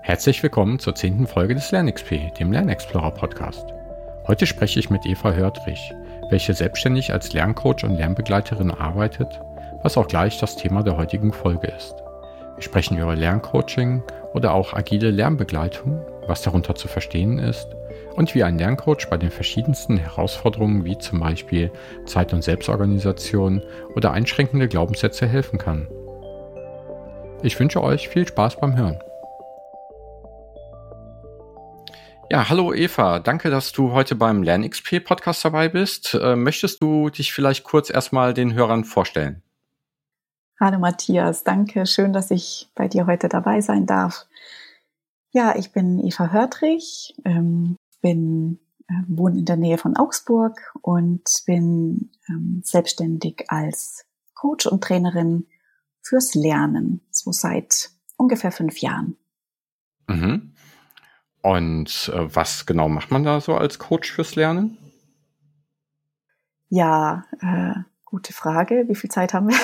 Herzlich willkommen zur 10. Folge des LernXP, dem Lernexplorer Podcast. Heute spreche ich mit Eva Hörtrich, welche selbstständig als Lerncoach und Lernbegleiterin arbeitet, was auch gleich das Thema der heutigen Folge ist. Wir sprechen über Lerncoaching oder auch agile Lernbegleitung, was darunter zu verstehen ist und wie ein Lerncoach bei den verschiedensten Herausforderungen wie zum Beispiel Zeit- und Selbstorganisation oder einschränkende Glaubenssätze helfen kann. Ich wünsche euch viel Spaß beim Hören. Ja, hallo Eva, danke, dass du heute beim LernXP-Podcast dabei bist. Möchtest du dich vielleicht kurz erstmal den Hörern vorstellen? Hallo Matthias, danke, schön, dass ich bei dir heute dabei sein darf. Ja, ich bin Eva Hörtrich, wohne in der Nähe von Augsburg und bin selbstständig als Coach und Trainerin fürs Lernen, so seit ungefähr 5 Jahren. Mhm. Und was genau macht man da so als Coach fürs Lernen? Ja, gute Frage. Wie viel Zeit haben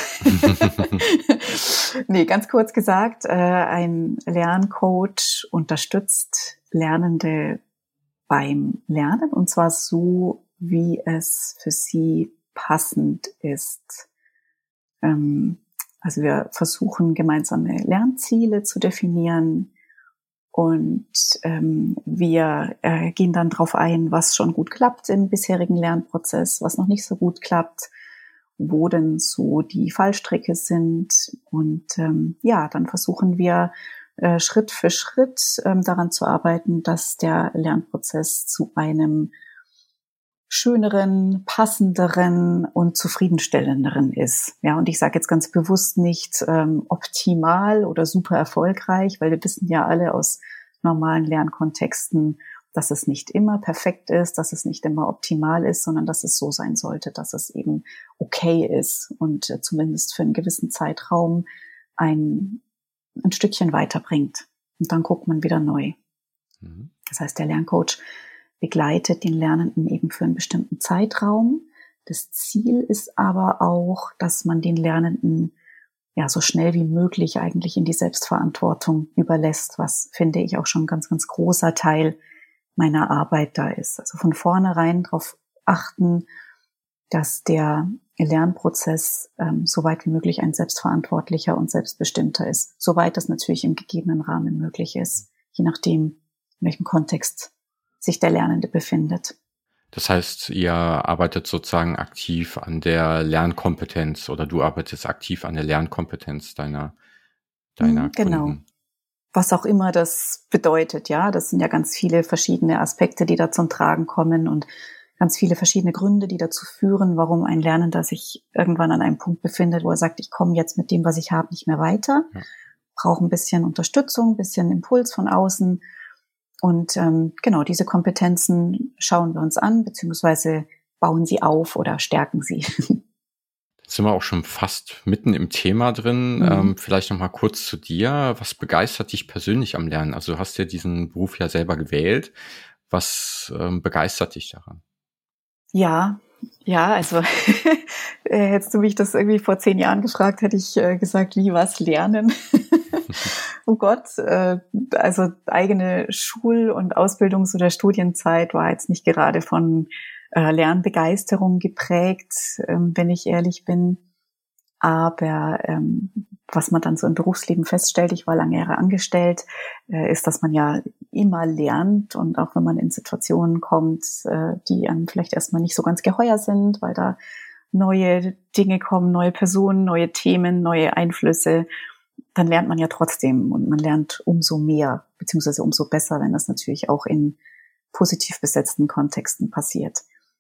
wir? Nee, ganz kurz gesagt, ein Lerncoach unterstützt Lernende beim Lernen und zwar so, wie es für sie passend ist. Also wir versuchen gemeinsame Lernziele zu definieren. Und wir gehen dann darauf ein, was schon gut klappt im bisherigen Lernprozess, was noch nicht so gut klappt, wo denn so die Fallstricke sind. Und dann versuchen wir Schritt für Schritt daran zu arbeiten, dass der Lernprozess zu einem schöneren, passenderen und zufriedenstellenderen ist. Ja, und ich sage jetzt ganz bewusst nicht optimal oder super erfolgreich, weil wir wissen ja alle aus normalen Lernkontexten, dass es nicht immer perfekt ist, dass es nicht immer optimal ist, sondern dass es so sein sollte, dass es eben okay ist und zumindest für einen gewissen Zeitraum ein Stückchen weiterbringt. Und dann guckt man wieder neu. Das heißt, der Lerncoach begleitet den Lernenden eben für einen bestimmten Zeitraum. Das Ziel ist aber auch, dass man den Lernenden ja so schnell wie möglich eigentlich in die Selbstverantwortung überlässt, was, finde ich, auch schon ein ganz, ganz großer Teil meiner Arbeit da ist. Also von vornherein darauf achten, dass der Lernprozess so weit wie möglich ein selbstverantwortlicher und selbstbestimmter ist, soweit das natürlich im gegebenen Rahmen möglich ist, je nachdem, in welchem Kontext sich der Lernende befindet. Das heißt, ihr arbeitet sozusagen aktiv an der Lernkompetenz oder du arbeitest aktiv an der Lernkompetenz deiner Genau. Kunden. Was auch immer das bedeutet, ja. Das sind ja ganz viele verschiedene Aspekte, die da zum Tragen kommen und ganz viele verschiedene Gründe, die dazu führen, warum ein Lernender sich irgendwann an einem Punkt befindet, wo er sagt, ich komme jetzt mit dem, was ich habe, nicht mehr weiter, brauche ein bisschen Unterstützung, ein bisschen Impuls von außen. Und genau, diese Kompetenzen schauen wir uns an, beziehungsweise bauen sie auf oder stärken sie. Jetzt sind wir auch schon fast mitten im Thema drin. Vielleicht noch mal kurz zu dir. Was begeistert dich persönlich am Lernen? Also du hast ja diesen Beruf ja selber gewählt. Was begeistert dich daran? Ja, also hättest du mich das irgendwie vor 10 Jahren gefragt, hätte ich gesagt, wie was lernen? Oh Gott, also eigene Schul- und Ausbildungs- oder Studienzeit war jetzt nicht gerade von Lernbegeisterung geprägt, wenn ich ehrlich bin. Aber was man dann so im Berufsleben feststellt, ich war lange Jahre angestellt, ist, dass man ja immer lernt und auch wenn man in Situationen kommt, die einem vielleicht erstmal nicht so ganz geheuer sind, weil da neue Dinge kommen, neue Personen, neue Themen, neue Einflüsse, dann lernt man ja trotzdem und man lernt umso mehr, beziehungsweise umso besser, wenn das natürlich auch in positiv besetzten Kontexten passiert.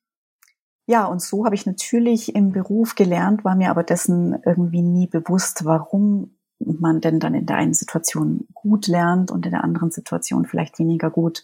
Ja, und so habe ich natürlich im Beruf gelernt, war mir aber dessen irgendwie nie bewusst, warum man denn dann in der einen Situation gut lernt und in der anderen Situation vielleicht weniger gut.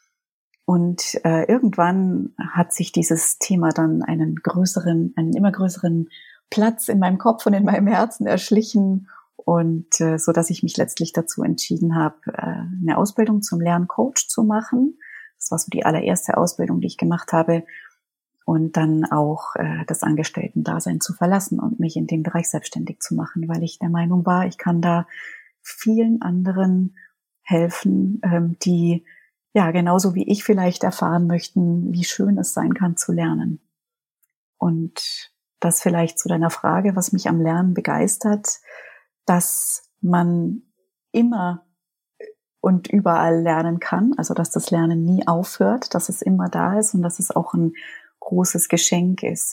Und irgendwann hat sich dieses Thema dann einen immer größeren Platz in meinem Kopf und in meinem Herzen erschlichen und so, dass ich mich letztlich dazu entschieden habe, eine Ausbildung zum Lerncoach zu machen. Das war so die allererste Ausbildung, die ich gemacht habe. Und dann auch das Angestellten-Dasein zu verlassen und mich in dem Bereich selbstständig zu machen, weil ich der Meinung war, ich kann da vielen anderen helfen, die ja genauso wie ich vielleicht erfahren möchten, wie schön es sein kann zu lernen. Und das vielleicht zu deiner Frage, was mich am Lernen begeistert, dass man immer und überall lernen kann, also dass das Lernen nie aufhört, dass es immer da ist und dass es auch ein großes Geschenk ist,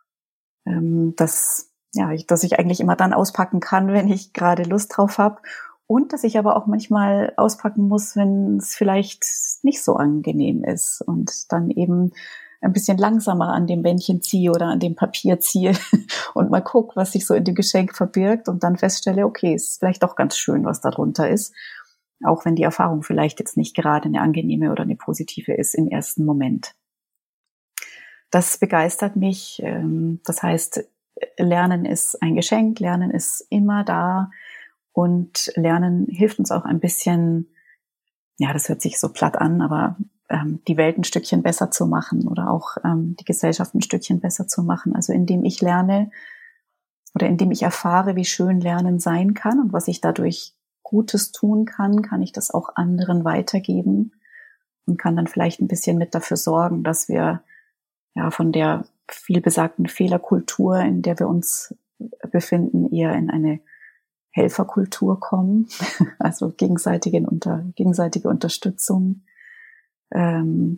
dass ich eigentlich immer dann auspacken kann, wenn ich gerade Lust drauf habe. Und dass ich aber auch manchmal auspacken muss, wenn es vielleicht nicht so angenehm ist und dann eben ein bisschen langsamer an dem Bändchen ziehe oder an dem Papier ziehe und mal gucke, was sich so in dem Geschenk verbirgt und dann feststelle, okay, es ist vielleicht doch ganz schön, was da drunter ist, auch wenn die Erfahrung vielleicht jetzt nicht gerade eine angenehme oder eine positive ist im ersten Moment. Das begeistert mich. Das heißt, Lernen ist ein Geschenk, Lernen ist immer da. Und Lernen hilft uns auch ein bisschen, ja, das hört sich so platt an, aber die Welt ein Stückchen besser zu machen oder auch die Gesellschaft ein Stückchen besser zu machen. Also indem ich lerne oder indem ich erfahre, wie schön Lernen sein kann und was ich dadurch Gutes tun kann, kann ich das auch anderen weitergeben und kann dann vielleicht ein bisschen mit dafür sorgen, dass wir ja von der vielbesagten Fehlerkultur, in der wir uns befinden, eher in eine Helferkultur kommen, also gegenseitige Unterstützung, eine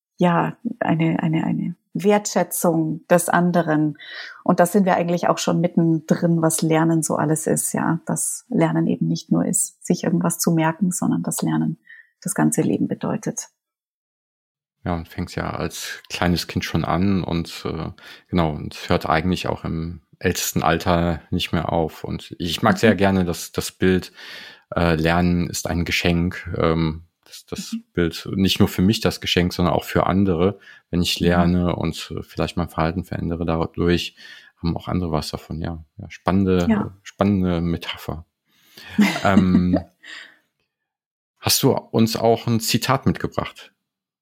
Wertschätzung des anderen. Und das sind wir eigentlich auch schon mittendrin, was Lernen so alles ist, ja, dass Lernen eben nicht nur ist, sich irgendwas zu merken, sondern dass Lernen das ganze Leben bedeutet. Ja, und fängt ja als kleines Kind schon an und und hört eigentlich auch im ältesten Alter nicht mehr auf. Und ich mag sehr gerne das Bild, Lernen ist ein Geschenk. Das Bild, nicht nur für mich das Geschenk, sondern auch für andere. Wenn ich lerne und vielleicht mein Verhalten verändere dadurch, haben auch andere was davon. Ja, spannende Metapher. Hast du uns auch ein Zitat mitgebracht?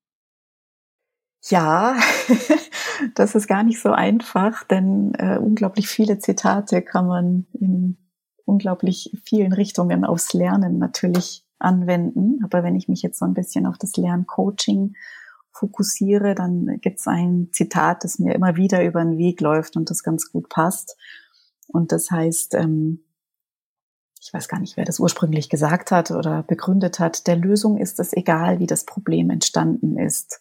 Ja, das ist gar nicht so einfach, denn unglaublich viele Zitate kann man in unglaublich vielen Richtungen aufs Lernen natürlich anwenden. Aber wenn ich mich jetzt so ein bisschen auf das Lerncoaching fokussiere, dann gibt es ein Zitat, das mir immer wieder über den Weg läuft und das ganz gut passt. Und das heißt, ich weiß gar nicht, wer das ursprünglich gesagt hat oder begründet hat, der Lösung ist es egal, wie das Problem entstanden ist.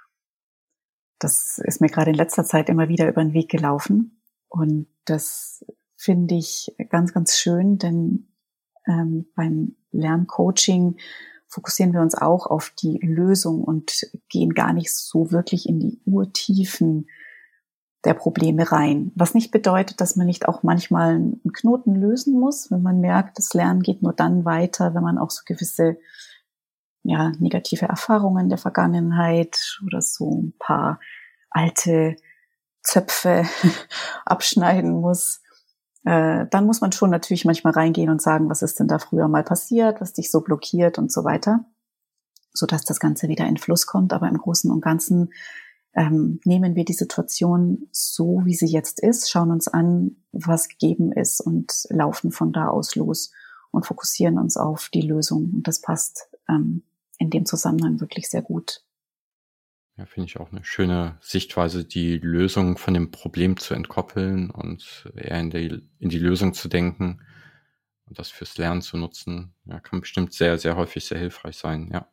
Das ist mir gerade in letzter Zeit immer wieder über den Weg gelaufen. Und das finde ich ganz, ganz schön, denn beim Lerncoaching fokussieren wir uns auch auf die Lösung und gehen gar nicht so wirklich in die Urtiefen der Probleme rein. Was nicht bedeutet, dass man nicht auch manchmal einen Knoten lösen muss, wenn man merkt, das Lernen geht nur dann weiter, wenn man auch so gewisse negative Erfahrungen der Vergangenheit oder so ein paar alte Zöpfe abschneiden muss. Dann muss man schon natürlich manchmal reingehen und sagen, was ist denn da früher mal passiert, was dich so blockiert und so weiter, sodass das Ganze wieder in Fluss kommt. Aber im Großen und Ganzen nehmen wir die Situation so, wie sie jetzt ist, schauen uns an, was gegeben ist und laufen von da aus los und fokussieren uns auf die Lösung. Und das passt in dem Zusammenhang wirklich sehr gut. Ja, finde ich auch eine schöne Sichtweise, die Lösung von dem Problem zu entkoppeln und eher in die Lösung zu denken und das fürs Lernen zu nutzen. Ja, kann bestimmt sehr, sehr häufig sehr hilfreich sein, ja.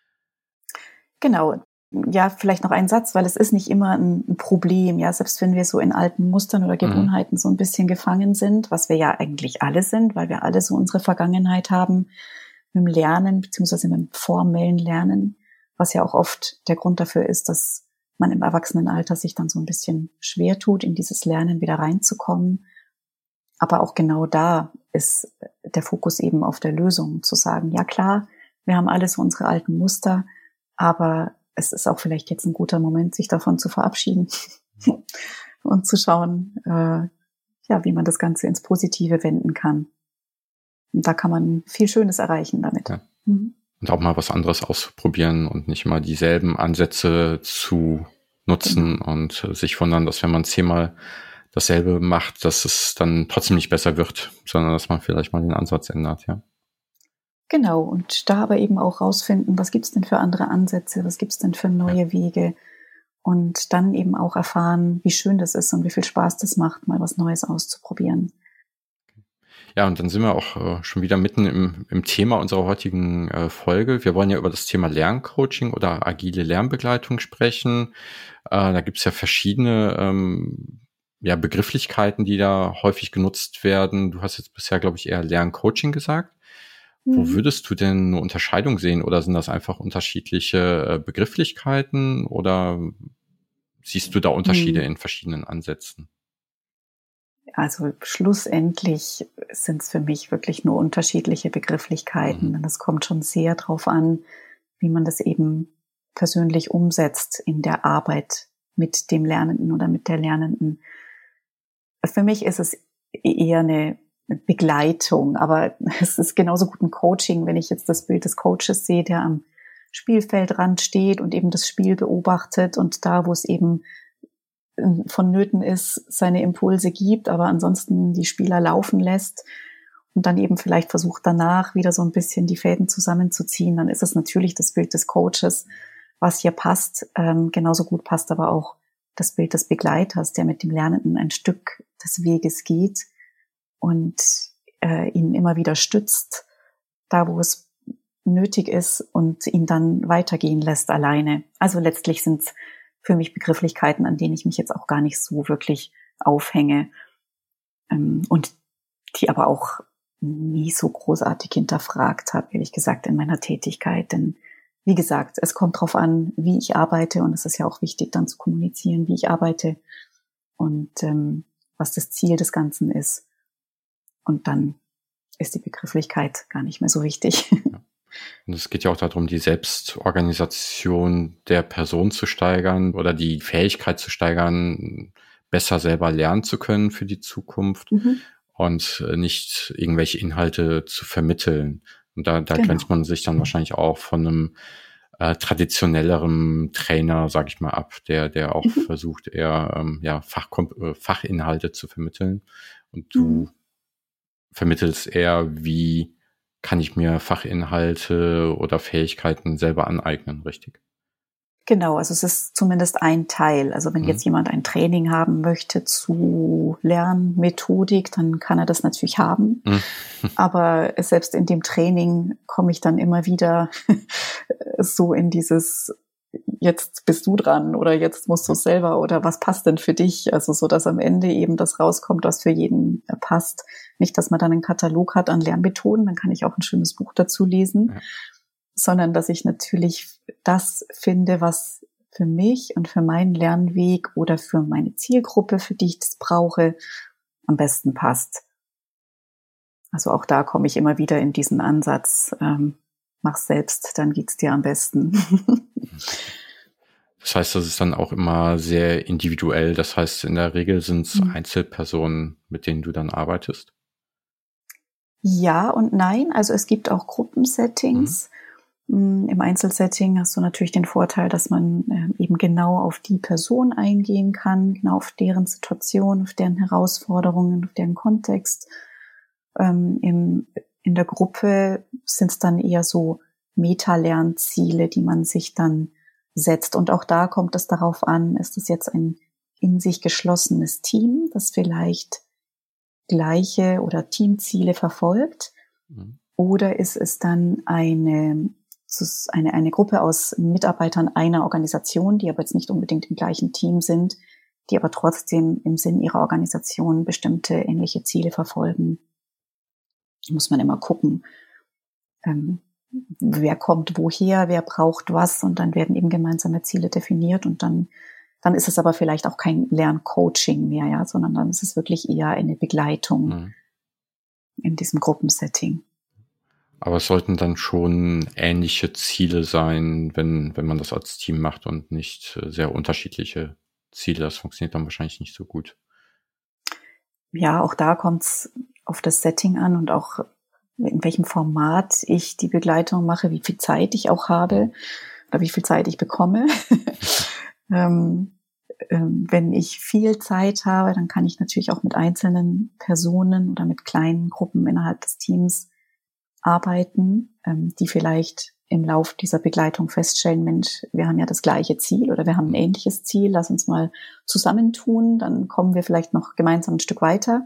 Genau. Ja, vielleicht noch ein Satz, weil es ist nicht immer ein Problem, ja, selbst wenn wir so in alten Mustern oder Gewohnheiten so ein bisschen gefangen sind, was wir ja eigentlich alle sind, weil wir alle so unsere Vergangenheit haben, mit dem Lernen, beziehungsweise mit dem formellen Lernen, was ja auch oft der Grund dafür ist, dass man im Erwachsenenalter sich dann so ein bisschen schwer tut, in dieses Lernen wieder reinzukommen. Aber auch genau da ist der Fokus eben auf der Lösung, zu sagen, ja klar, wir haben alle so unsere alten Muster, aber es ist auch vielleicht jetzt ein guter Moment, sich davon zu verabschieden und zu schauen, wie man das Ganze ins Positive wenden kann. Und da kann man viel Schönes erreichen damit. Ja. Und auch mal was anderes ausprobieren und nicht immer dieselben Ansätze zu nutzen und sich wundern, dass wenn man 10-mal dasselbe macht, dass es dann trotzdem nicht besser wird, sondern dass man vielleicht mal den Ansatz ändert, ja. Genau, und da aber eben auch rausfinden, was gibt's denn für andere Ansätze, was gibt's denn für neue Wege und dann eben auch erfahren, wie schön das ist und wie viel Spaß das macht, mal was Neues auszuprobieren. Ja, und dann sind wir auch schon wieder mitten im Thema unserer heutigen Folge. Wir wollen ja über das Thema Lerncoaching oder agile Lernbegleitung sprechen. Da gibt's ja verschiedene Begrifflichkeiten, die da häufig genutzt werden. Du hast jetzt bisher, glaube ich, eher Lerncoaching gesagt. Wo würdest du denn eine Unterscheidung sehen oder sind das einfach unterschiedliche Begrifflichkeiten oder siehst du da Unterschiede in verschiedenen Ansätzen? Also schlussendlich sind es für mich wirklich nur unterschiedliche Begrifflichkeiten. Und es kommt schon sehr drauf an, wie man das eben persönlich umsetzt in der Arbeit mit dem Lernenden oder mit der Lernenden. Für mich ist es eher eine Begleitung, aber es ist genauso gut ein Coaching, wenn ich jetzt das Bild des Coaches sehe, der am Spielfeldrand steht und eben das Spiel beobachtet und da, wo es eben vonnöten ist, seine Impulse gibt, aber ansonsten die Spieler laufen lässt und dann eben vielleicht versucht danach wieder so ein bisschen die Fäden zusammenzuziehen, dann ist es natürlich das Bild des Coaches, was hier passt. Genauso gut passt aber auch das Bild des Begleiters, der mit dem Lernenden ein Stück des Weges geht und ihn immer wieder stützt, da wo es nötig ist und ihn dann weitergehen lässt alleine. Also letztlich sind es für mich Begrifflichkeiten, an denen ich mich jetzt auch gar nicht so wirklich aufhänge und die aber auch nie so großartig hinterfragt habe, ehrlich gesagt, in meiner Tätigkeit. Denn wie gesagt, es kommt drauf an, wie ich arbeite und es ist ja auch wichtig, dann zu kommunizieren, wie ich arbeite und was das Ziel des Ganzen ist. Und dann ist die Begrifflichkeit gar nicht mehr so wichtig. Ja. Und es geht ja auch darum, die Selbstorganisation der Person zu steigern oder die Fähigkeit zu steigern, besser selber lernen zu können für die Zukunft und nicht irgendwelche Inhalte zu vermitteln. Und da grenzt man sich dann wahrscheinlich auch von einem traditionelleren Trainer, sag ich mal, ab, der auch versucht, eher Fachinhalte zu vermitteln. Und du vermittelst eher, wie kann ich mir Fachinhalte oder Fähigkeiten selber aneignen, richtig? Genau, also es ist zumindest ein Teil. Also wenn jetzt jemand ein Training haben möchte zu Lernmethodik, dann kann er das natürlich haben. Aber selbst in dem Training komme ich dann immer wieder so in dieses, jetzt bist du dran oder jetzt musst du es selber oder was passt denn für dich? Also so, dass am Ende eben das rauskommt, was für jeden passt. Nicht, dass man dann einen Katalog hat an Lernmethoden, dann kann ich auch ein schönes Buch dazu lesen, sondern dass ich natürlich das finde, was für mich und für meinen Lernweg oder für meine Zielgruppe, für die ich das brauche, am besten passt. Also auch da komme ich immer wieder in diesen Ansatz, mach's selbst, dann geht's dir am besten. Das heißt, das ist dann auch immer sehr individuell. Das heißt, in der Regel sind es Einzelpersonen, mit denen du dann arbeitest? Ja und nein. Also es gibt auch Gruppensettings. Im Einzelsetting hast du natürlich den Vorteil, dass man eben genau auf die Person eingehen kann, genau auf deren Situation, auf deren Herausforderungen, auf deren Kontext. In der Gruppe sind es dann eher so Meta-Lernziele, die man sich dann setzt. Und auch da kommt es darauf an, ist es jetzt ein in sich geschlossenes Team, das vielleicht gleiche oder Teamziele verfolgt, oder ist es dann eine Gruppe aus Mitarbeitern einer Organisation, die aber jetzt nicht unbedingt im gleichen Team sind, die aber trotzdem im Sinn ihrer Organisation bestimmte ähnliche Ziele verfolgen. Muss man immer gucken, wer kommt woher, wer braucht was, und dann werden eben gemeinsame Ziele definiert und dann ist es aber vielleicht auch kein Lerncoaching mehr, ja, sondern dann ist es wirklich eher eine Begleitung in diesem Gruppensetting. Aber es sollten dann schon ähnliche Ziele sein, wenn man das als Team macht und nicht sehr unterschiedliche Ziele. Das funktioniert dann wahrscheinlich nicht so gut. Ja, auch da kommt es auf das Setting an und auch in welchem Format ich die Begleitung mache, wie viel Zeit ich auch habe oder wie viel Zeit ich bekomme. Wenn ich viel Zeit habe, dann kann ich natürlich auch mit einzelnen Personen oder mit kleinen Gruppen innerhalb des Teams arbeiten, die vielleicht im Lauf dieser Begleitung feststellen, Mensch, wir haben ja das gleiche Ziel oder wir haben ein ähnliches Ziel, lass uns mal zusammentun, dann kommen wir vielleicht noch gemeinsam ein Stück weiter.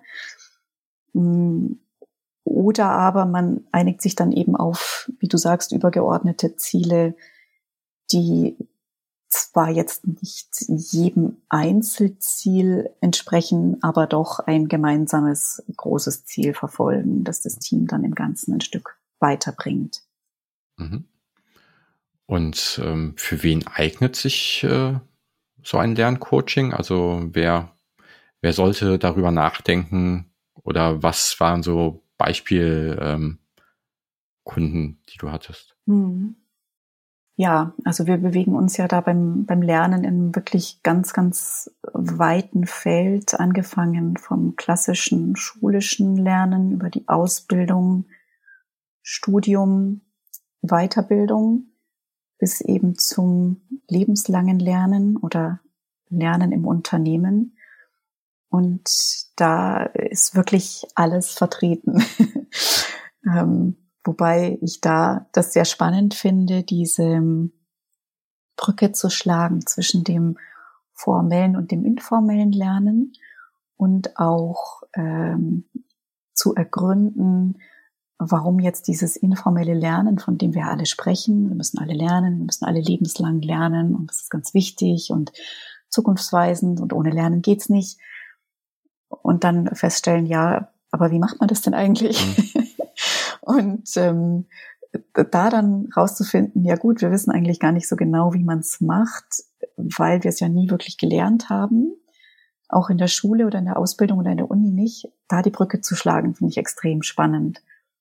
Oder aber man einigt sich dann eben auf, wie du sagst, übergeordnete Ziele, die zwar jetzt nicht jedem Einzelziel entsprechen, aber doch ein gemeinsames großes Ziel verfolgen, das das Team dann im Ganzen ein Stück weiterbringt. Mhm. Und für wen eignet sich so ein Lerncoaching? Also wer sollte darüber nachdenken oder was waren so Beispielkunden, die du hattest? Ja, also wir bewegen uns ja da beim Lernen in einem wirklich ganz, ganz weiten Feld, angefangen vom klassischen schulischen Lernen über die Ausbildung, Studium, Weiterbildung bis eben zum lebenslangen Lernen oder Lernen im Unternehmen. Und da ist wirklich alles vertreten. Wobei ich da das sehr spannend finde, diese Brücke zu schlagen zwischen dem formellen und dem informellen Lernen und auch zu ergründen, warum jetzt dieses informelle Lernen, von dem wir alle sprechen, wir müssen alle lernen, wir müssen alle lebenslang lernen und das ist ganz wichtig und zukunftsweisend und ohne Lernen geht's nicht. Und dann feststellen, ja, aber wie macht man das denn eigentlich? Und da dann rauszufinden, ja gut, wir wissen eigentlich gar nicht so genau, wie man es macht, weil wir es ja nie wirklich gelernt haben, auch in der Schule oder in der Ausbildung oder in der Uni nicht, da die Brücke zu schlagen, finde ich extrem spannend.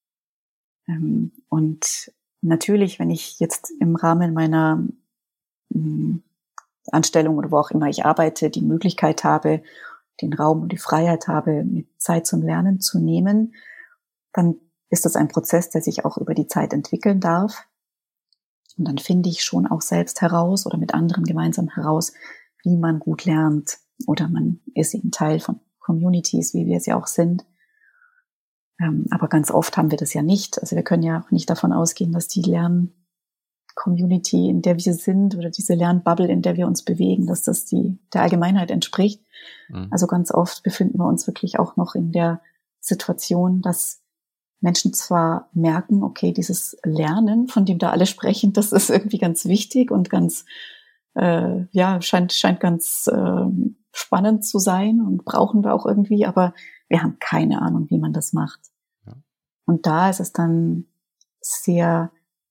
Und natürlich, wenn ich jetzt im Rahmen meiner Anstellung oder wo auch immer ich arbeite, die Möglichkeit habe, den Raum und die Freiheit habe, mir Zeit zum Lernen zu nehmen, dann ist das ein Prozess, der sich auch über die Zeit entwickeln darf. Und dann finde ich schon auch selbst heraus oder mit anderen gemeinsam heraus, wie man gut lernt. Oder man ist eben Teil von Communities, wie wir es ja auch sind. Aber ganz oft haben wir das ja nicht. Also wir können ja auch nicht davon ausgehen, dass die Lern-Community, in der wir sind, oder diese Lernbubble, in der wir uns bewegen, dass das der Allgemeinheit entspricht. Also ganz oft befinden wir uns wirklich auch noch in der Situation, dass Menschen zwar merken, okay, dieses Lernen, von dem da alle sprechen, das ist irgendwie ganz wichtig und ganz, scheint ganz spannend zu sein und brauchen wir auch irgendwie, aber wir haben keine Ahnung, wie man das macht. Ja. Und da ist es dann sehr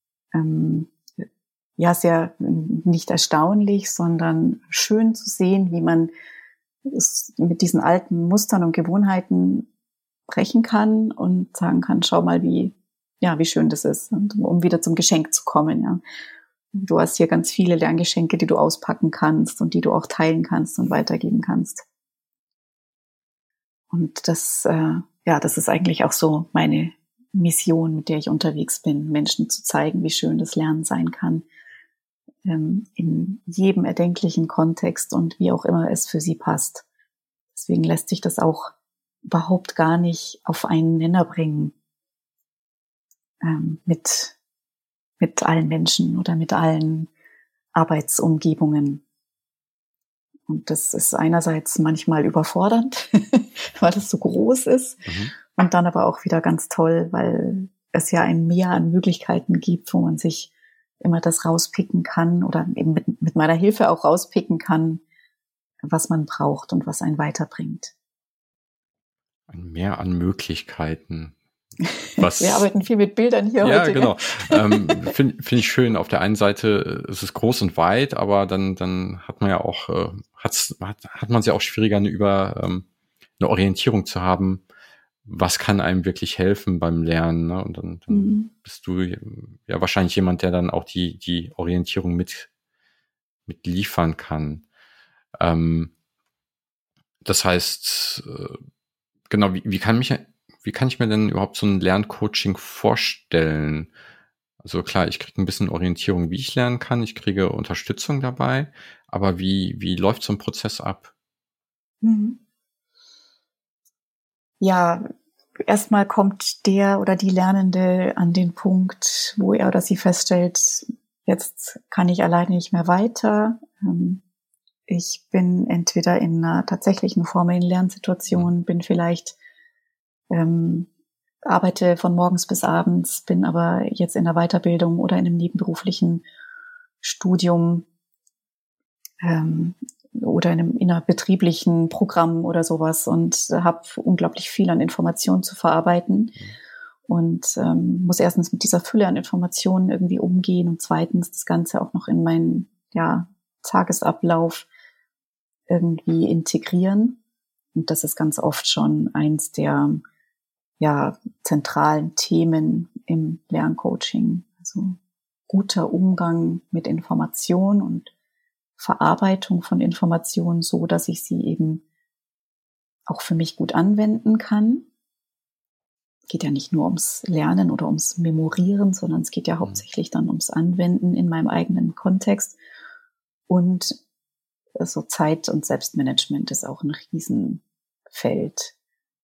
nicht erstaunlich, sondern schön zu sehen, wie man es mit diesen alten Mustern und Gewohnheiten brechen kann und sagen kann, schau mal, wie schön das ist, und um wieder zum Geschenk zu kommen. Ja. Du hast hier ganz viele Lerngeschenke, die du auspacken kannst und die du auch teilen kannst und weitergeben kannst. Und das ist eigentlich auch so meine Mission, mit der ich unterwegs bin, Menschen zu zeigen, wie schön das Lernen sein kann, in jedem erdenklichen Kontext und wie auch immer es für sie passt. Deswegen lässt sich das auch überhaupt gar nicht auf einen Nenner bringen mit allen Menschen oder mit allen Arbeitsumgebungen. Und das ist einerseits manchmal überfordernd, weil es so groß ist, und dann aber auch wieder ganz toll, weil es ja ein Meer an Möglichkeiten gibt, wo man sich immer das rauspicken kann oder eben mit meiner Hilfe auch rauspicken kann, was man braucht und was einen weiterbringt. Ein Meer an Möglichkeiten. Wir arbeiten viel mit Bildern hier ja, heute. Ja, genau. Find ich schön. Auf der einen Seite ist es groß und weit, aber dann hat man ja auch, hat man es ja auch schwieriger, eine Orientierung zu haben. Was kann einem wirklich helfen beim Lernen? Ne? Und dann bist du ja wahrscheinlich jemand, der dann auch die Orientierung mit liefern kann. Das heißt, genau, wie kann ich mir denn überhaupt so ein Lerncoaching vorstellen? Also klar, ich kriege ein bisschen Orientierung, wie ich lernen kann. Ich kriege Unterstützung dabei. Aber wie läuft so ein Prozess ab? Ja, erstmal kommt der oder die Lernende an den Punkt, wo er oder sie feststellt, jetzt kann ich alleine nicht mehr weiter. Ich bin entweder in einer tatsächlichen formellen Lernsituation, bin vielleicht, arbeite von morgens bis abends, bin aber jetzt in der Weiterbildung oder in einem nebenberuflichen Studium oder in einem innerbetrieblichen Programm oder sowas und habe unglaublich viel an Informationen zu verarbeiten und muss erstens mit dieser Fülle an Informationen irgendwie umgehen und zweitens das Ganze auch noch in meinen Tagesablauf irgendwie integrieren. Und das ist ganz oft schon eins der zentralen Themen im Lerncoaching. Also guter Umgang mit Information und Verarbeitung von Informationen so, dass ich sie eben auch für mich gut anwenden kann. Es geht ja nicht nur ums Lernen oder ums Memorieren, sondern es geht ja hauptsächlich dann ums Anwenden in meinem eigenen Kontext. Und so Zeit- und Selbstmanagement ist auch ein Riesenfeld.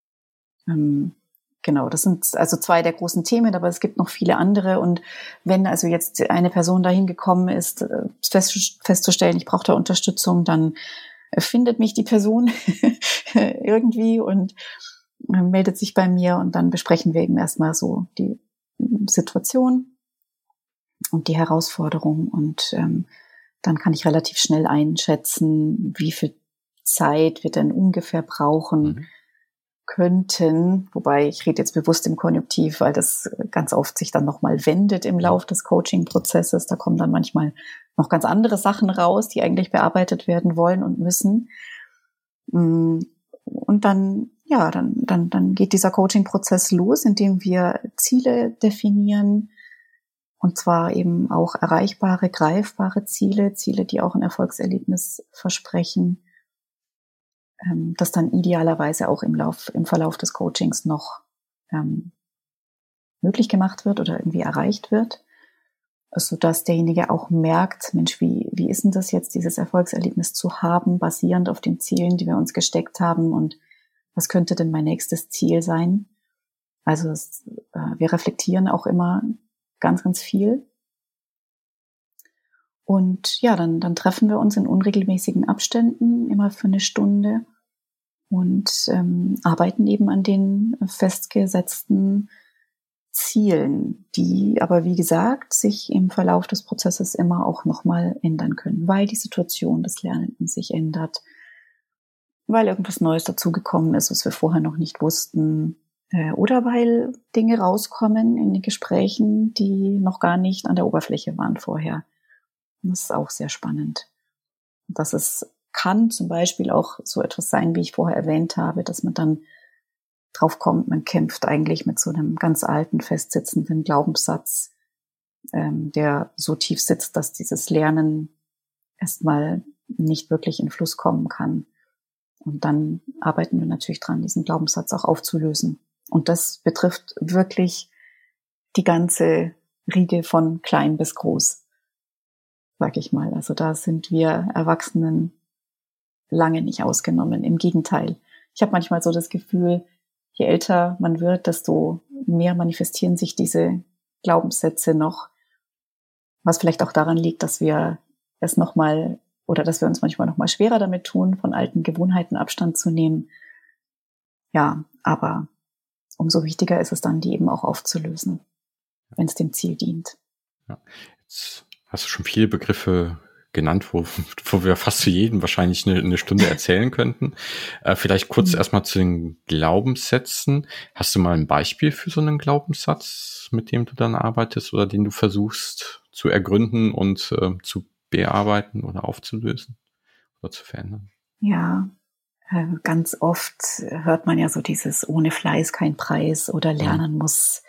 Genau, das sind also zwei der großen Themen, aber es gibt noch viele andere. Und wenn also jetzt eine Person dahin gekommen ist, festzustellen, ich brauche da Unterstützung, dann findet mich die Person irgendwie und meldet sich bei mir und dann besprechen wir eben erstmal so die Situation und die Herausforderung und dann kann ich relativ schnell einschätzen, wie viel Zeit wir denn ungefähr brauchen könnten, wobei ich rede jetzt bewusst im Konjunktiv, weil das ganz oft sich dann nochmal wendet im Lauf des Coaching-Prozesses. Da kommen dann manchmal noch ganz andere Sachen raus, die eigentlich bearbeitet werden wollen und müssen. Und dann geht dieser Coaching-Prozess los, indem wir Ziele definieren, und zwar eben auch erreichbare, greifbare Ziele, die auch ein Erfolgserlebnis versprechen, das dann idealerweise auch im Verlauf des Coachings noch möglich gemacht wird oder irgendwie erreicht wird, sodass derjenige auch merkt, Mensch, wie ist denn das jetzt, dieses Erfolgserlebnis zu haben, basierend auf den Zielen, die wir uns gesteckt haben und was könnte denn mein nächstes Ziel sein? Also wir reflektieren auch immer ganz, ganz viel. Und ja, dann treffen wir uns in unregelmäßigen Abständen, immer für eine Stunde und arbeiten eben an den festgesetzten Zielen, die aber, wie gesagt, sich im Verlauf des Prozesses immer auch nochmal ändern können, weil die Situation des Lernenden sich ändert, weil irgendwas Neues dazugekommen ist, was wir vorher noch nicht wussten, oder weil Dinge rauskommen in den Gesprächen, die noch gar nicht an der Oberfläche waren vorher. Das ist auch sehr spannend. Kann zum Beispiel auch so etwas sein, wie ich vorher erwähnt habe, dass man dann drauf kommt, man kämpft eigentlich mit so einem ganz alten, festsitzenden Glaubenssatz, der so tief sitzt, dass dieses Lernen erstmal nicht wirklich in Fluss kommen kann. Und dann arbeiten wir natürlich dran, diesen Glaubenssatz auch aufzulösen. Und das betrifft wirklich die ganze Riege von klein bis groß, sag ich mal. Also da sind wir Erwachsenen lange nicht ausgenommen. Im Gegenteil. Ich habe manchmal so das Gefühl, je älter man wird, desto mehr manifestieren sich diese Glaubenssätze noch. Was vielleicht auch daran liegt, dass wir es nochmal oder dass wir uns manchmal nochmal schwerer damit tun, von alten Gewohnheiten Abstand zu nehmen. Ja, aber umso wichtiger ist es dann, die eben auch aufzulösen, wenn es dem Ziel dient. Ja, jetzt hast du schon viele Begriffe genannt, wo wir fast zu jedem wahrscheinlich eine Stunde erzählen könnten. Vielleicht kurz erstmal zu den Glaubenssätzen. Hast du mal ein Beispiel für so einen Glaubenssatz, mit dem du dann arbeitest oder den du versuchst zu ergründen und zu bearbeiten oder aufzulösen oder zu verändern? Ja, ganz oft hört man ja so dieses ohne Fleiß kein Preis oder Lernen muss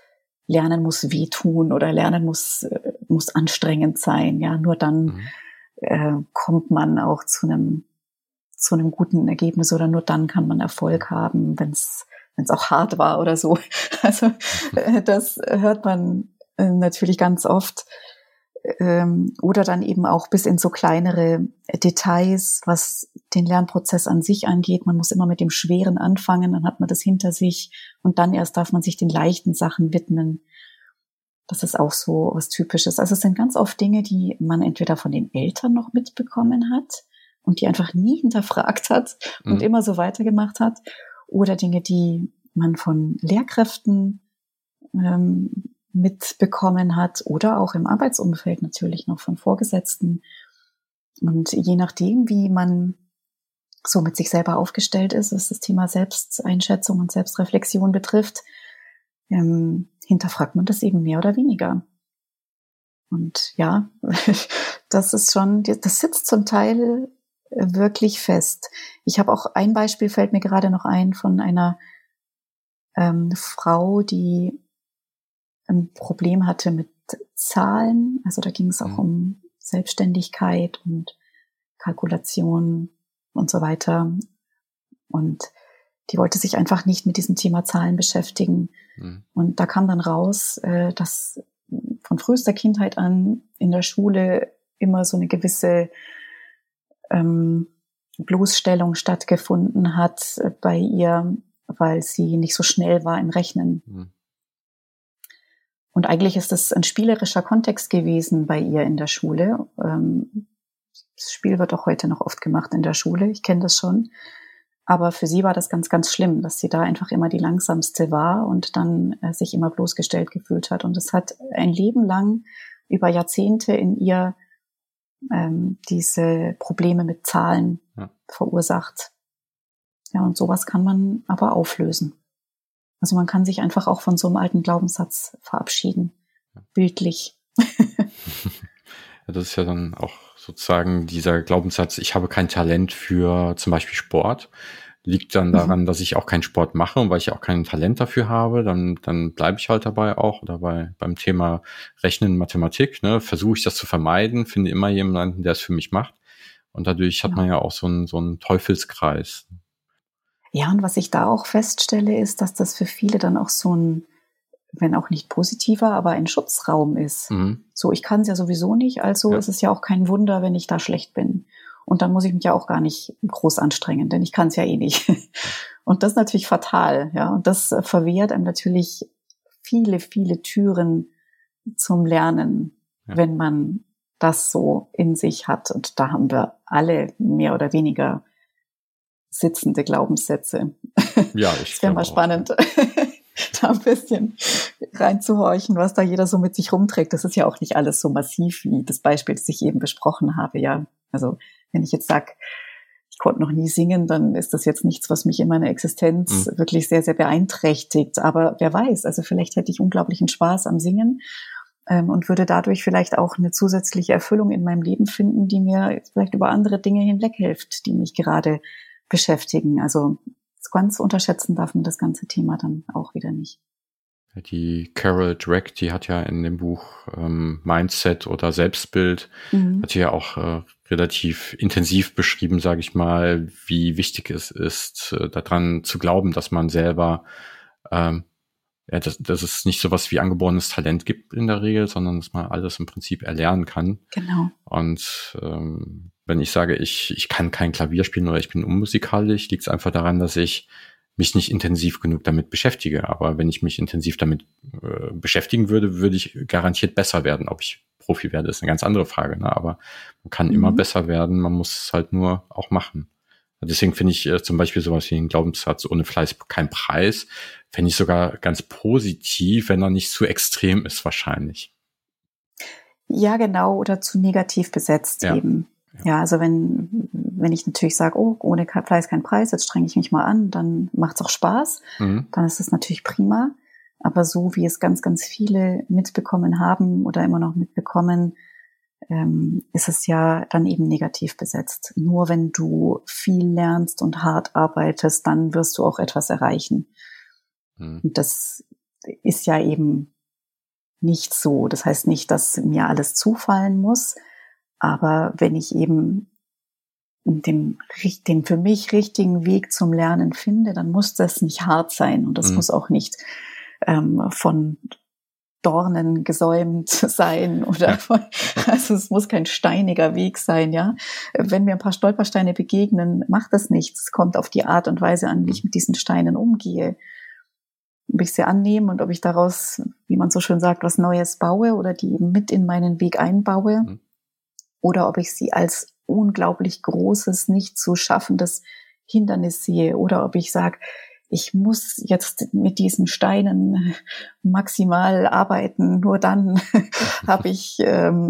wehtun oder Lernen muss anstrengend sein. Ja, nur dann kommt man auch zu einem guten Ergebnis oder nur dann kann man Erfolg haben, wenn es auch hart war oder so. Also das hört man natürlich ganz oft. Oder dann eben auch bis in so kleinere Details, was den Lernprozess an sich angeht. Man muss immer mit dem Schweren anfangen, dann hat man das hinter sich und dann erst darf man sich den leichten Sachen widmen. Das ist auch so was Typisches. Also es sind ganz oft Dinge, die man entweder von den Eltern noch mitbekommen hat und die einfach nie hinterfragt hat und immer so weitergemacht hat, oder Dinge, die man von Lehrkräften mitbekommen hat oder auch im Arbeitsumfeld natürlich noch von Vorgesetzten. Und je nachdem, wie man so mit sich selber aufgestellt ist, was das Thema Selbsteinschätzung und Selbstreflexion betrifft, hinterfragt man das eben mehr oder weniger. Und ja, das ist schon, das sitzt zum Teil wirklich fest. Ich habe auch ein Beispiel, fällt mir gerade noch ein, von einer Frau, die ein Problem hatte mit Zahlen. Also da ging es auch um Selbstständigkeit und Kalkulation und so weiter. Und die wollte sich einfach nicht mit diesem Thema Zahlen beschäftigen. Und da kam dann raus, dass von frühester Kindheit an in der Schule immer so eine gewisse Bloßstellung stattgefunden hat bei ihr, weil sie nicht so schnell war im Rechnen. Und eigentlich ist das ein spielerischer Kontext gewesen bei ihr in der Schule. Das Spiel wird auch heute noch oft gemacht in der Schule, ich kenne das schon. Aber für sie war das ganz, ganz schlimm, dass sie da einfach immer die Langsamste war und dann sich immer bloßgestellt gefühlt hat. Und es hat ein Leben lang, über Jahrzehnte in ihr diese Probleme mit Zahlen verursacht. Ja, und sowas kann man aber auflösen. Also man kann sich einfach auch von so einem alten Glaubenssatz verabschieden, bildlich. Das ist ja dann auch sozusagen dieser Glaubenssatz, ich habe kein Talent für zum Beispiel Sport, liegt dann daran, dass ich auch keinen Sport mache, und weil ich auch kein Talent dafür habe, dann bleibe ich halt dabei auch, oder beim Thema Rechnen, Mathematik, ne, versuche ich das zu vermeiden, finde immer jemanden, der es für mich macht, und dadurch hat man ja auch so einen Teufelskreis. Ja, und was ich da auch feststelle, ist, dass das für viele dann auch so ein, wenn auch nicht positiver, aber ein Schutzraum ist. So, ich kann es ja sowieso nicht, also ist es ja auch kein Wunder, wenn ich da schlecht bin. Und dann muss ich mich ja auch gar nicht groß anstrengen, denn ich kann es ja eh nicht. Und das ist natürlich fatal, ja. Und das verwehrt einem natürlich viele, viele Türen zum Lernen, wenn man das so in sich hat. Und da haben wir alle mehr oder weniger sitzende Glaubenssätze. Ja, es wäre mal spannend, da ein bisschen reinzuhorchen, was da jeder so mit sich rumträgt. Das ist ja auch nicht alles so massiv wie das Beispiel, das ich eben besprochen habe. Ja, also wenn ich jetzt sage, ich konnte noch nie singen, dann ist das jetzt nichts, was mich in meiner Existenz wirklich sehr, sehr beeinträchtigt. Aber wer weiß, also vielleicht hätte ich unglaublichen Spaß am Singen und würde dadurch vielleicht auch eine zusätzliche Erfüllung in meinem Leben finden, die mir vielleicht über andere Dinge hinweghilft, die mich gerade beschäftigen. Also ganz unterschätzen darf man das ganze Thema dann auch wieder nicht. Die Carol Dweck, die hat ja in dem Buch Mindset oder Selbstbild, hat ja auch relativ intensiv beschrieben, sage ich mal, wie wichtig es ist, daran zu glauben, dass man selber, dass es nicht so was wie angeborenes Talent gibt in der Regel, sondern dass man alles im Prinzip erlernen kann. Genau. Und wenn ich sage, ich kann kein Klavier spielen oder ich bin unmusikalisch, liegt es einfach daran, dass ich mich nicht intensiv genug damit beschäftige. Aber wenn ich mich intensiv damit beschäftigen würde, würde ich garantiert besser werden. Ob ich Profi werde, ist eine ganz andere Frage. Ne? Aber man kann immer besser werden, man muss es halt nur auch machen. Deswegen finde ich zum Beispiel sowas wie einen Glaubenssatz, ohne Fleiß kein Preis, finde ich sogar ganz positiv, wenn er nicht zu extrem ist wahrscheinlich. Ja, genau, oder zu negativ besetzt eben. Ja, also wenn ich natürlich sage, oh, ohne Fleiß kein Preis, jetzt strenge ich mich mal an, dann macht's auch Spaß, dann ist das natürlich prima. Aber so wie es ganz, ganz viele mitbekommen haben oder immer noch mitbekommen, ist es ja dann eben negativ besetzt. Nur wenn du viel lernst und hart arbeitest, dann wirst du auch etwas erreichen. Und das ist ja eben nicht so. Das heißt nicht, dass mir alles zufallen muss, aber wenn ich eben den für mich richtigen Weg zum Lernen finde, dann muss das nicht hart sein und das muss auch nicht von Dornen gesäumt sein also es muss kein steiniger Weg sein, ja. Wenn mir ein paar Stolpersteine begegnen, macht das nichts. Es kommt auf die Art und Weise an, wie ich mit diesen Steinen umgehe. Ob ich sie annehme und ob ich daraus, wie man so schön sagt, was Neues baue oder die eben mit in meinen Weg einbaue oder ob ich sie als unglaublich großes, nicht zu schaffendes Hindernis sehe oder ob ich sage, ich muss jetzt mit diesen Steinen maximal arbeiten, nur dann habe ich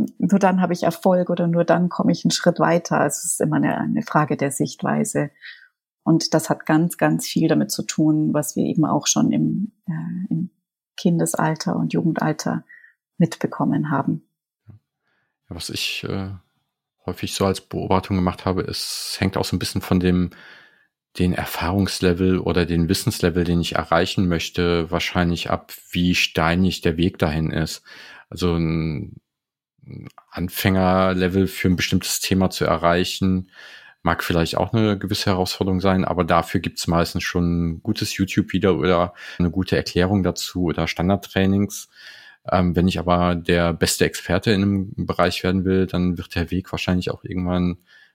Erfolg oder nur dann komme ich einen Schritt weiter. Es ist immer eine Frage der Sichtweise. Und das hat ganz, ganz viel damit zu tun, was wir eben auch schon im Kindesalter und Jugendalter mitbekommen haben. Ja, was ich häufig so als Beobachtung gemacht habe, es hängt auch so ein bisschen von den Erfahrungslevel oder den Wissenslevel, den ich erreichen möchte, wahrscheinlich ab, wie steinig der Weg dahin ist. Also ein Anfängerlevel für ein bestimmtes Thema zu erreichen, mag vielleicht auch eine gewisse Herausforderung sein, aber dafür gibt es meistens schon ein gutes YouTube-Video oder eine gute Erklärung dazu oder Standardtrainings. Wenn ich aber der beste Experte in einem Bereich werden will, dann wird der Weg wahrscheinlich auch irgendwann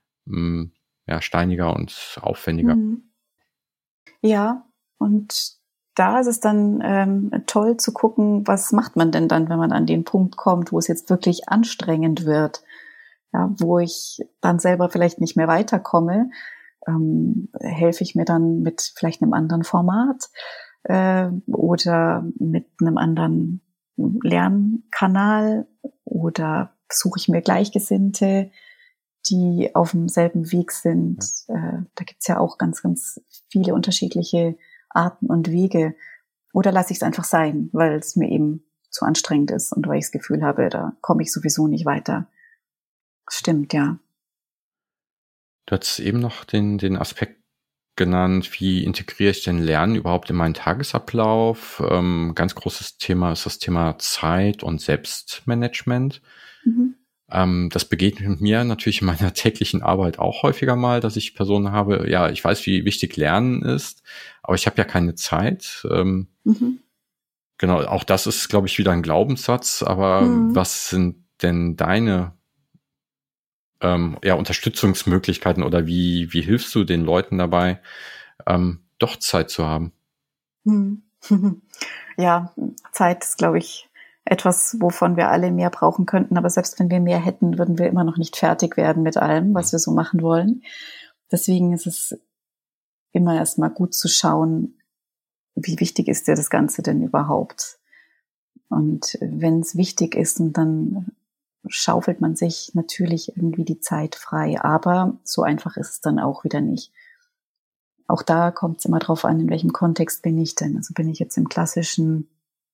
steiniger und aufwendiger. Ja, und da ist es dann toll zu gucken, was macht man denn dann, wenn man an den Punkt kommt, wo es jetzt wirklich anstrengend wird, ja, wo ich dann selber vielleicht nicht mehr weiterkomme, helfe ich mir dann mit vielleicht einem anderen Format oder mit einem anderen Lernkanal oder suche ich mir Gleichgesinnte, die auf demselben Weg sind. Da gibt's ja auch ganz, ganz viele unterschiedliche Arten und Wege. Oder lasse ich es einfach sein, weil es mir eben zu anstrengend ist und weil ich das Gefühl habe, da komme ich sowieso nicht weiter. Stimmt, ja. Du hast eben noch den Aspekt genannt, wie integriere ich denn Lernen überhaupt in meinen Tagesablauf? Ganz großes Thema ist das Thema Zeit und Selbstmanagement. Das begegnet mir natürlich in meiner täglichen Arbeit auch häufiger mal, dass ich Personen habe, ja, ich weiß, wie wichtig Lernen ist, aber ich habe ja keine Zeit. Genau, auch das ist, glaube ich, wieder ein Glaubenssatz, aber was sind denn deine Unterstützungsmöglichkeiten oder wie hilfst du den Leuten dabei, doch Zeit zu haben? Ja, Zeit ist, glaube ich, etwas, wovon wir alle mehr brauchen könnten. Aber selbst wenn wir mehr hätten, würden wir immer noch nicht fertig werden mit allem, was wir so machen wollen. Deswegen ist es immer erstmal gut zu schauen, wie wichtig ist dir das Ganze denn überhaupt? Und wenn es wichtig ist, und dann schaufelt man sich natürlich irgendwie die Zeit frei. Aber so einfach ist es dann auch wieder nicht. Auch da kommt es immer drauf an, in welchem Kontext bin ich denn? Also bin ich jetzt im klassischen,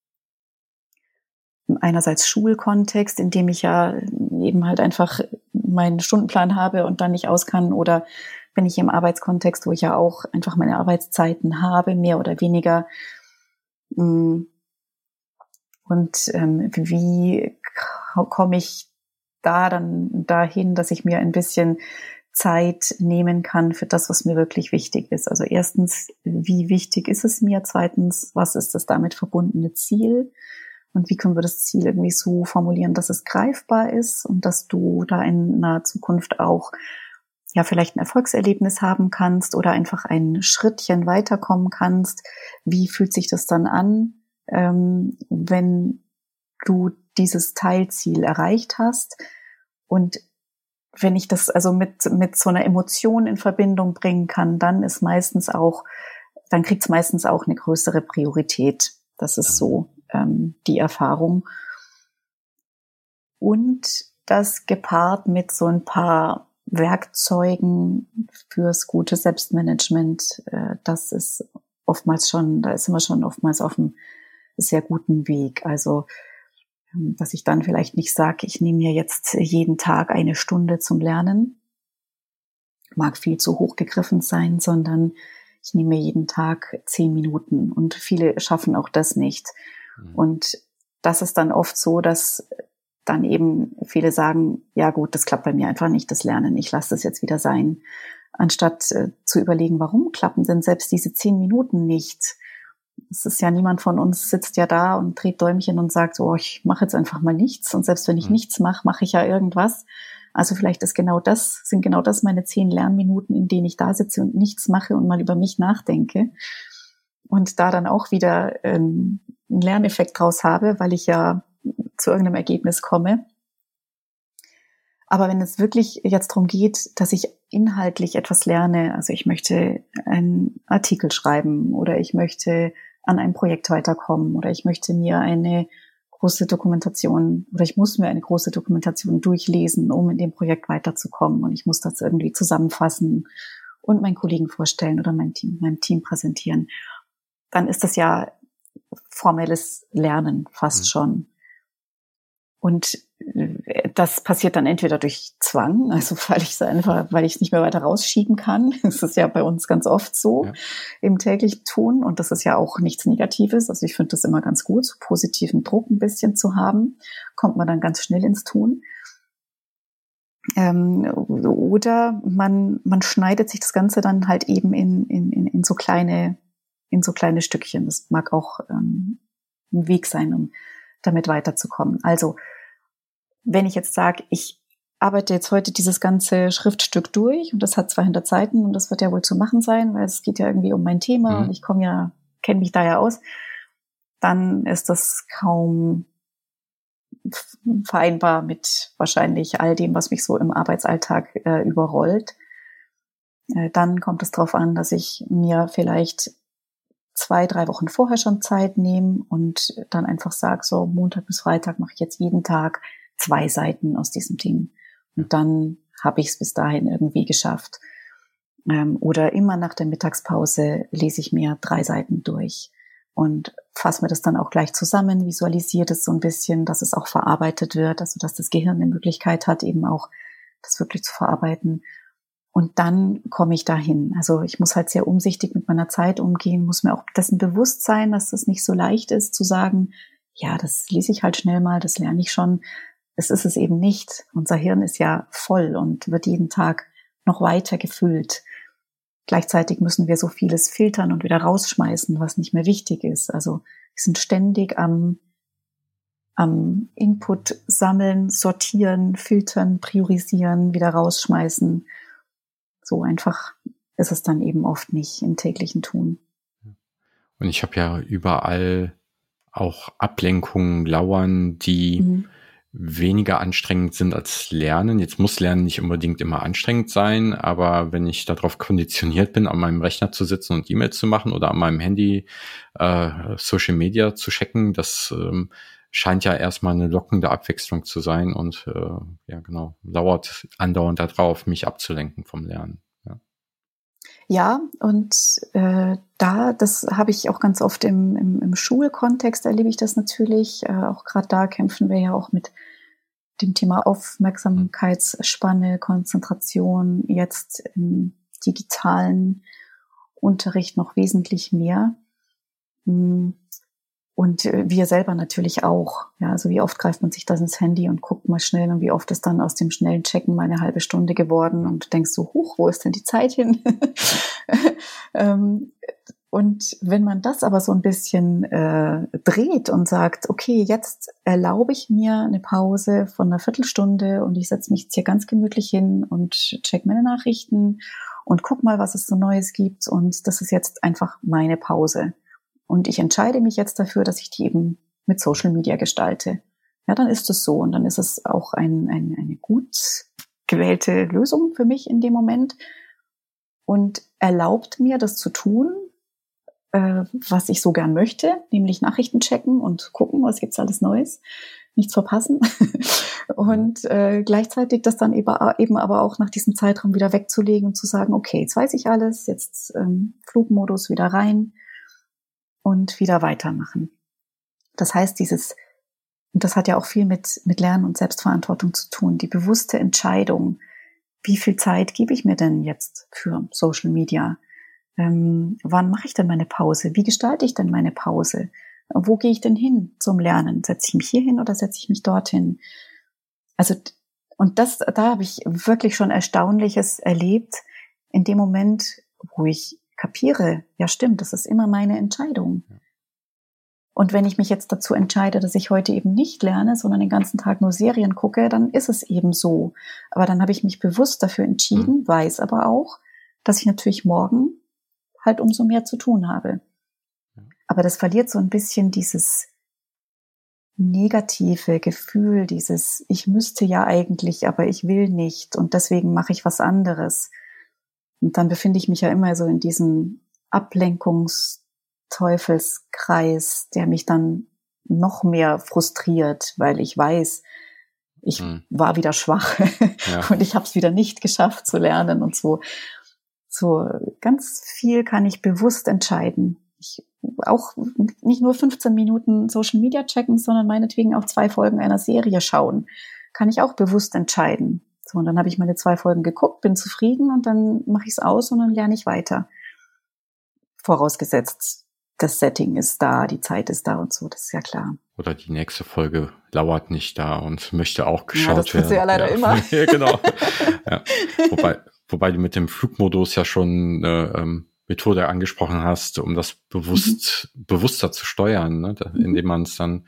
einerseits Schulkontext, in dem ich ja eben halt einfach meinen Stundenplan habe und dann nicht aus kann, oder bin ich im Arbeitskontext, wo ich ja auch einfach meine Arbeitszeiten habe, mehr oder weniger. Und wie komme ich da dann dahin, dass ich mir ein bisschen Zeit nehmen kann für das, was mir wirklich wichtig ist? Also erstens, wie wichtig ist es mir? Zweitens, was ist das damit verbundene Ziel? Und wie können wir das Ziel irgendwie so formulieren, dass es greifbar ist und dass du da in naher Zukunft auch ja vielleicht ein Erfolgserlebnis haben kannst oder einfach ein Schrittchen weiterkommen kannst? Wie fühlt sich das dann an, wenn du dieses Teilziel erreicht hast? Und wenn ich das also mit so einer Emotion in Verbindung bringen kann, dann kriegt es meistens auch eine größere Priorität. Das ist so die Erfahrung. Und das gepaart mit so ein paar Werkzeugen fürs gute Selbstmanagement, das ist da sind wir schon oftmals auf einem sehr guten Weg. Also, dass ich dann vielleicht nicht sage, ich nehme mir jetzt jeden Tag 1 Stunde zum Lernen, mag viel zu hoch gegriffen sein, sondern ich nehme mir jeden Tag 10 Minuten, und viele schaffen auch das nicht. Und das ist dann oft so, dass dann eben viele sagen, ja gut, das klappt bei mir einfach nicht, das Lernen, ich lasse das jetzt wieder sein. Anstatt zu überlegen, warum klappen denn selbst diese 10 Minuten nicht? Es ist ja niemand von uns sitzt ja da und dreht Däumchen und sagt so, ich mache jetzt einfach mal nichts. Und selbst wenn ich nichts mache, mache ich ja irgendwas. Also vielleicht sind genau das meine 10 Lernminuten, in denen ich da sitze und nichts mache und mal über mich nachdenke. Und da dann auch wieder einen Lerneffekt draus habe, weil ich ja zu irgendeinem Ergebnis komme. Aber wenn es wirklich jetzt darum geht, dass ich inhaltlich etwas lerne, also ich möchte einen Artikel schreiben oder ich möchte an einem Projekt weiterkommen oder ich möchte mir eine große Dokumentation oder ich muss mir eine große Dokumentation durchlesen, um in dem Projekt weiterzukommen und ich muss das irgendwie zusammenfassen und meinen Kollegen vorstellen oder meinem Team präsentieren, dann ist das ja formelles Lernen fast schon. Und das passiert dann entweder durch Zwang, also weil ich es nicht mehr weiter rausschieben kann. Das ist ja bei uns ganz oft so im täglichen Tun. Und das ist ja auch nichts Negatives. Also ich finde das immer ganz gut, so positiven Druck ein bisschen zu haben. Kommt man dann ganz schnell ins Tun. Oder man schneidet sich das Ganze dann halt eben in so kleine Stückchen. Das mag auch ein Weg sein, um damit weiterzukommen. Also, wenn ich jetzt sage, ich arbeite jetzt heute dieses ganze Schriftstück durch und das hat 200 Seiten und das wird ja wohl zu machen sein, weil es geht ja irgendwie um mein Thema und ich kenne mich da ja aus, dann ist das kaum vereinbar mit wahrscheinlich all dem, was mich so im Arbeitsalltag überrollt. Dann kommt es darauf an, dass ich mir vielleicht 2-3 Wochen vorher schon Zeit nehme und dann einfach sage, so Montag bis Freitag mache ich jetzt jeden Tag 2 Seiten aus diesem Ding. Und dann habe ich es bis dahin irgendwie geschafft. Oder immer nach der Mittagspause lese ich mir 3 Seiten durch und fasse mir das dann auch gleich zusammen, visualisiere das so ein bisschen, dass es auch verarbeitet wird, also dass das Gehirn eine Möglichkeit hat, eben auch das wirklich zu verarbeiten. Und dann komme ich dahin. Also ich muss halt sehr umsichtig mit meiner Zeit umgehen, muss mir auch dessen bewusst sein, dass das nicht so leicht ist, zu sagen, ja, das lese ich halt schnell mal, das lerne ich schon. Es ist es eben nicht. Unser Hirn ist ja voll und wird jeden Tag noch weiter gefüllt. Gleichzeitig müssen wir so vieles filtern und wieder rausschmeißen, was nicht mehr wichtig ist. Also wir sind ständig am Input sammeln, sortieren, filtern, priorisieren, wieder rausschmeißen. So einfach ist es dann eben oft nicht im täglichen Tun. Und ich habe ja überall auch Ablenkungen lauern, die weniger anstrengend sind als Lernen. Jetzt muss Lernen nicht unbedingt immer anstrengend sein, aber wenn ich darauf konditioniert bin, an meinem Rechner zu sitzen und E-Mails zu machen oder an meinem Handy Social Media zu checken, das scheint ja erstmal eine lockende Abwechslung zu sein und lauert andauernd darauf, mich abzulenken vom Lernen. Ja, und das habe ich auch ganz oft im Schulkontext erlebe ich das natürlich. Auch gerade da kämpfen wir ja auch mit dem Thema Aufmerksamkeitsspanne, Konzentration, jetzt im digitalen Unterricht noch wesentlich mehr. Und wir selber natürlich auch. Ja, also wie oft greift man sich das ins Handy und guckt mal schnell und wie oft ist dann aus dem schnellen Checken mal eine halbe Stunde geworden und du denkst so, huch, wo ist denn die Zeit hin? Und wenn man das aber so ein bisschen dreht und sagt, okay, jetzt erlaube ich mir eine Pause von einer Viertelstunde und ich setze mich jetzt hier ganz gemütlich hin und check meine Nachrichten und guck mal, was es so Neues gibt und das ist jetzt einfach meine Pause. Und ich entscheide mich jetzt dafür, dass ich die eben mit Social Media gestalte. Ja, dann ist es so. Und dann ist es auch eine gut gewählte Lösung für mich in dem Moment. Und erlaubt mir, das zu tun, was ich so gern möchte, nämlich Nachrichten checken und gucken, was gibt's alles Neues, nichts verpassen. Und gleichzeitig das dann eben aber auch nach diesem Zeitraum wieder wegzulegen und zu sagen, okay, jetzt weiß ich alles, jetzt Flugmodus wieder rein. Und wieder weitermachen. Das heißt, und das hat ja auch viel mit Lernen und Selbstverantwortung zu tun, die bewusste Entscheidung, wie viel Zeit gebe ich mir denn jetzt für Social Media? Wann mache ich denn meine Pause? Wie gestalte ich denn meine Pause? Wo gehe ich denn hin zum Lernen? Setze ich mich hier hin oder setze ich mich dorthin? Also, und da habe ich wirklich schon Erstaunliches erlebt, in dem Moment, wo ich kapiere, ja stimmt, das ist immer meine Entscheidung. Und wenn ich mich jetzt dazu entscheide, dass ich heute eben nicht lerne, sondern den ganzen Tag nur Serien gucke, dann ist es eben so. Aber dann habe ich mich bewusst dafür entschieden, weiß aber auch, dass ich natürlich morgen halt umso mehr zu tun habe. Aber das verliert so ein bisschen dieses negative Gefühl, dieses ich müsste ja eigentlich, aber ich will nicht und deswegen mache ich was anderes. Und dann befinde ich mich ja immer so in diesem Ablenkungsteufelskreis, der mich dann noch mehr frustriert, weil ich weiß, ich war wieder schwach und ich habe es wieder nicht geschafft zu lernen und so. So ganz viel kann ich bewusst entscheiden. Ich auch nicht nur 15 Minuten Social Media checken, sondern meinetwegen auch 2 Folgen einer Serie schauen. Kann ich auch bewusst entscheiden. So, und dann habe ich meine 2 Folgen geguckt, bin zufrieden und dann mache ich es aus und dann lerne ich weiter. Vorausgesetzt, das Setting ist da, die Zeit ist da und so, das ist ja klar. Oder die nächste Folge lauert nicht da und möchte auch geschaut werden. Das tut sie ja leider immer. Ja, genau. Ja. Wobei du mit dem Flugmodus ja schon Methode angesprochen hast, um das bewusster zu steuern, ne? Indem man es dann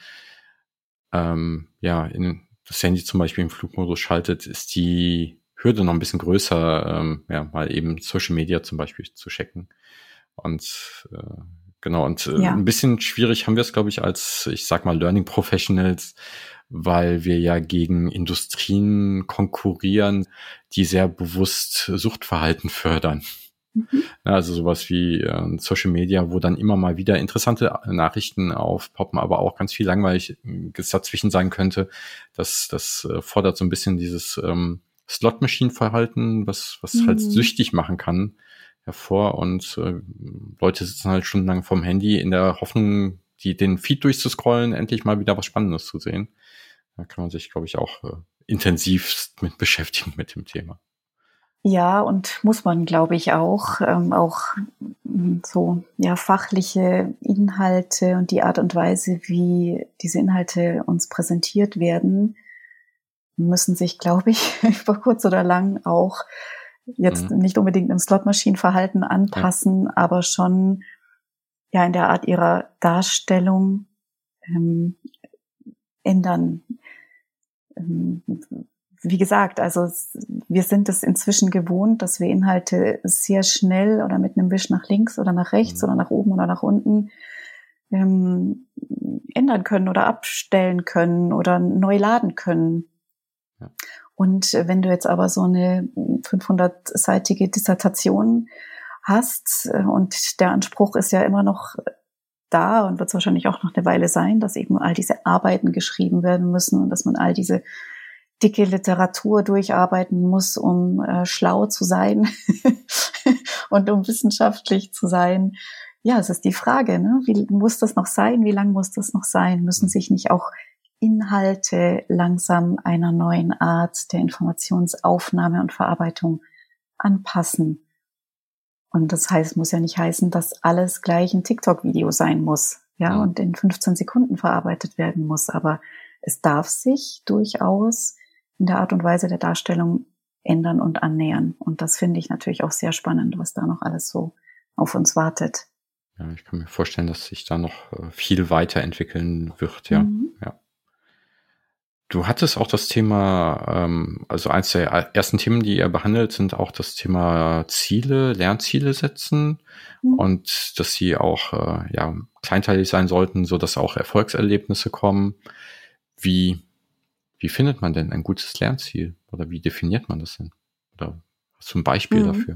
in das Handy zum Beispiel im Flugmodus schaltet, ist die Hürde noch ein bisschen größer, mal eben Social Media zum Beispiel zu checken. Und ein bisschen schwierig haben wir es, glaube ich, als, ich sag mal, Learning Professionals, weil wir ja gegen Industrien konkurrieren, die sehr bewusst Suchtverhalten fördern. Also sowas wie Social Media, wo dann immer mal wieder interessante Nachrichten aufpoppen, aber auch ganz viel Langweiliges dazwischen sein könnte. Das fordert so ein bisschen dieses Slot-Machine-Verhalten, was halt süchtig machen kann, hervor. Und Leute sitzen halt stundenlang vorm Handy in der Hoffnung, den Feed durchzuscrollen, endlich mal wieder was Spannendes zu sehen. Da kann man sich, glaube ich, auch intensivst mit beschäftigen mit dem Thema. Ja, und muss man, glaube ich, auch fachliche Inhalte und die Art und Weise, wie diese Inhalte uns präsentiert werden, müssen sich, glaube ich, über kurz oder lang auch jetzt nicht unbedingt im Slot-Machine-Verhalten anpassen, aber schon in der Art ihrer Darstellung ändern. Wie gesagt, also wir sind es inzwischen gewohnt, dass wir Inhalte sehr schnell oder mit einem Wisch nach links oder nach rechts oder nach oben oder nach unten ändern können oder abstellen können oder neu laden können. Ja. Und wenn du jetzt aber so eine 500-seitige Dissertation hast und der Anspruch ist ja immer noch da und wird es wahrscheinlich auch noch eine Weile sein, dass eben all diese Arbeiten geschrieben werden müssen und dass man all diese dicke Literatur durcharbeiten muss, um schlau zu sein und um wissenschaftlich zu sein. Ja, es ist die Frage, ne? Wie muss das noch sein? Wie lang muss das noch sein? Müssen sich nicht auch Inhalte langsam einer neuen Art der Informationsaufnahme und Verarbeitung anpassen? Und das heißt, muss ja nicht heißen, dass alles gleich ein TikTok-Video sein muss, und in 15 Sekunden verarbeitet werden muss. Aber es darf sich durchaus in der Art und Weise der Darstellung ändern und annähern. Und das finde ich natürlich auch sehr spannend, was da noch alles so auf uns wartet. Ja, ich kann mir vorstellen, dass sich da noch viel weiterentwickeln wird, ja. Ja. Du hattest auch das Thema, also eins der ersten Themen, die ihr behandelt, sind auch das Thema Lernziele setzen und dass sie auch kleinteilig sein sollten, so dass auch Erfolgserlebnisse kommen. Wie findet man denn ein gutes Lernziel? Oder wie definiert man das denn? Oder hast du ein Beispiel dafür?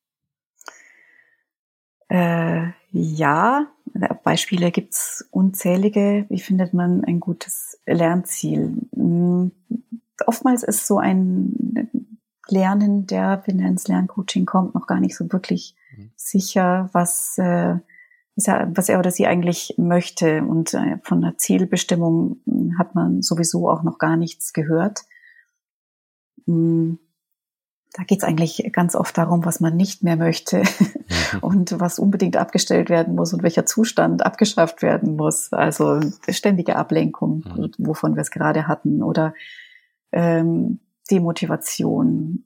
Ja, Beispiele gibt's unzählige. Wie findet man ein gutes Lernziel? Oftmals ist so ein Lernender, wenn er ins Lerncoaching kommt, noch gar nicht so wirklich sicher, was er oder sie eigentlich möchte. Und von der Zielbestimmung hat man sowieso auch noch gar nichts gehört. Da geht's eigentlich ganz oft darum, was man nicht mehr möchte und was unbedingt abgestellt werden muss und welcher Zustand abgeschafft werden muss. Also ständige Ablenkung, wovon wir es gerade hatten, oder Demotivation,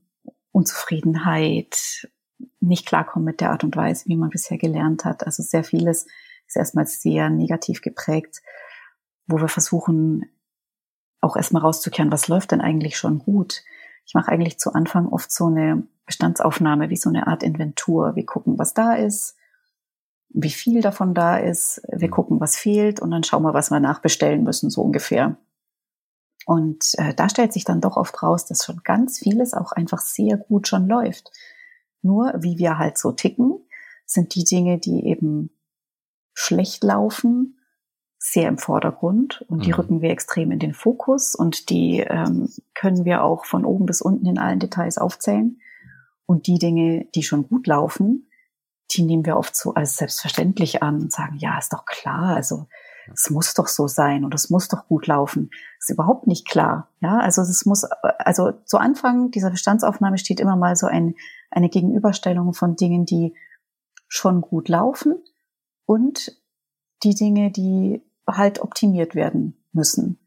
Unzufriedenheit, nicht klarkommen mit der Art und Weise, wie man bisher gelernt hat. Also sehr vieles ist erstmal sehr negativ geprägt, wo wir versuchen, auch erstmal rauszukehren, was läuft denn eigentlich schon gut. Ich mache eigentlich zu Anfang oft so eine Bestandsaufnahme, wie so eine Art Inventur. Wir gucken, was da ist, wie viel davon da ist. Wir gucken, was fehlt und dann schauen wir, was wir nachbestellen müssen, so ungefähr. Und da stellt sich dann doch oft raus, dass schon ganz vieles auch einfach sehr gut schon läuft. Nur, wie wir halt so ticken, sind die Dinge, die eben schlecht laufen, sehr im Vordergrund und die rücken wir extrem in den Fokus und die können wir auch von oben bis unten in allen Details aufzählen. Und die Dinge, die schon gut laufen, die nehmen wir oft so als selbstverständlich an und sagen, ja, ist doch klar, also es muss doch so sein und es muss doch gut laufen. Ist überhaupt nicht klar. Ja, also zu Anfang dieser Bestandsaufnahme steht immer mal so eine Gegenüberstellung von Dingen, die schon gut laufen und die Dinge, die halt optimiert werden müssen.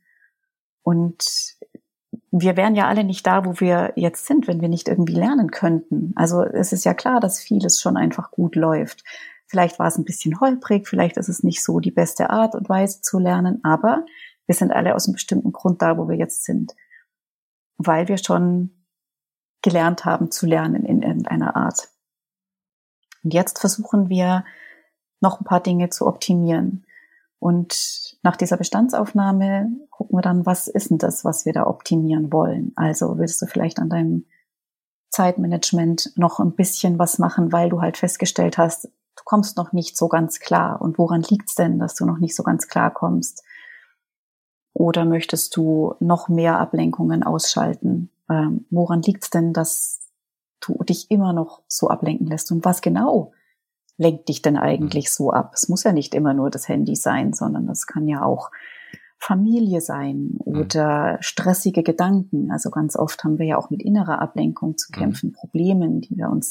Und wir wären ja alle nicht da, wo wir jetzt sind, wenn wir nicht irgendwie lernen könnten. Also es ist ja klar, dass vieles schon einfach gut läuft. Vielleicht war es ein bisschen holprig, vielleicht ist es nicht so die beste Art und Weise zu lernen, aber wir sind alle aus einem bestimmten Grund da, wo wir jetzt sind. Weil wir schon gelernt haben zu lernen in irgendeiner Art. Und jetzt versuchen wir, noch ein paar Dinge zu optimieren. Und nach dieser Bestandsaufnahme gucken wir dann, was ist denn das, was wir da optimieren wollen? Also willst du vielleicht an deinem Zeitmanagement noch ein bisschen was machen, weil du halt festgestellt hast, du kommst noch nicht so ganz klar. Und woran liegt's denn, dass du noch nicht so ganz klar kommst? Oder möchtest du noch mehr Ablenkungen ausschalten? Woran liegt's denn, dass du dich immer noch so ablenken lässt? Und was genau lenkt dich denn eigentlich so ab? Es muss ja nicht immer nur das Handy sein, sondern das kann ja auch Familie sein oder stressige Gedanken. Also ganz oft haben wir ja auch mit innerer Ablenkung zu kämpfen, Problemen,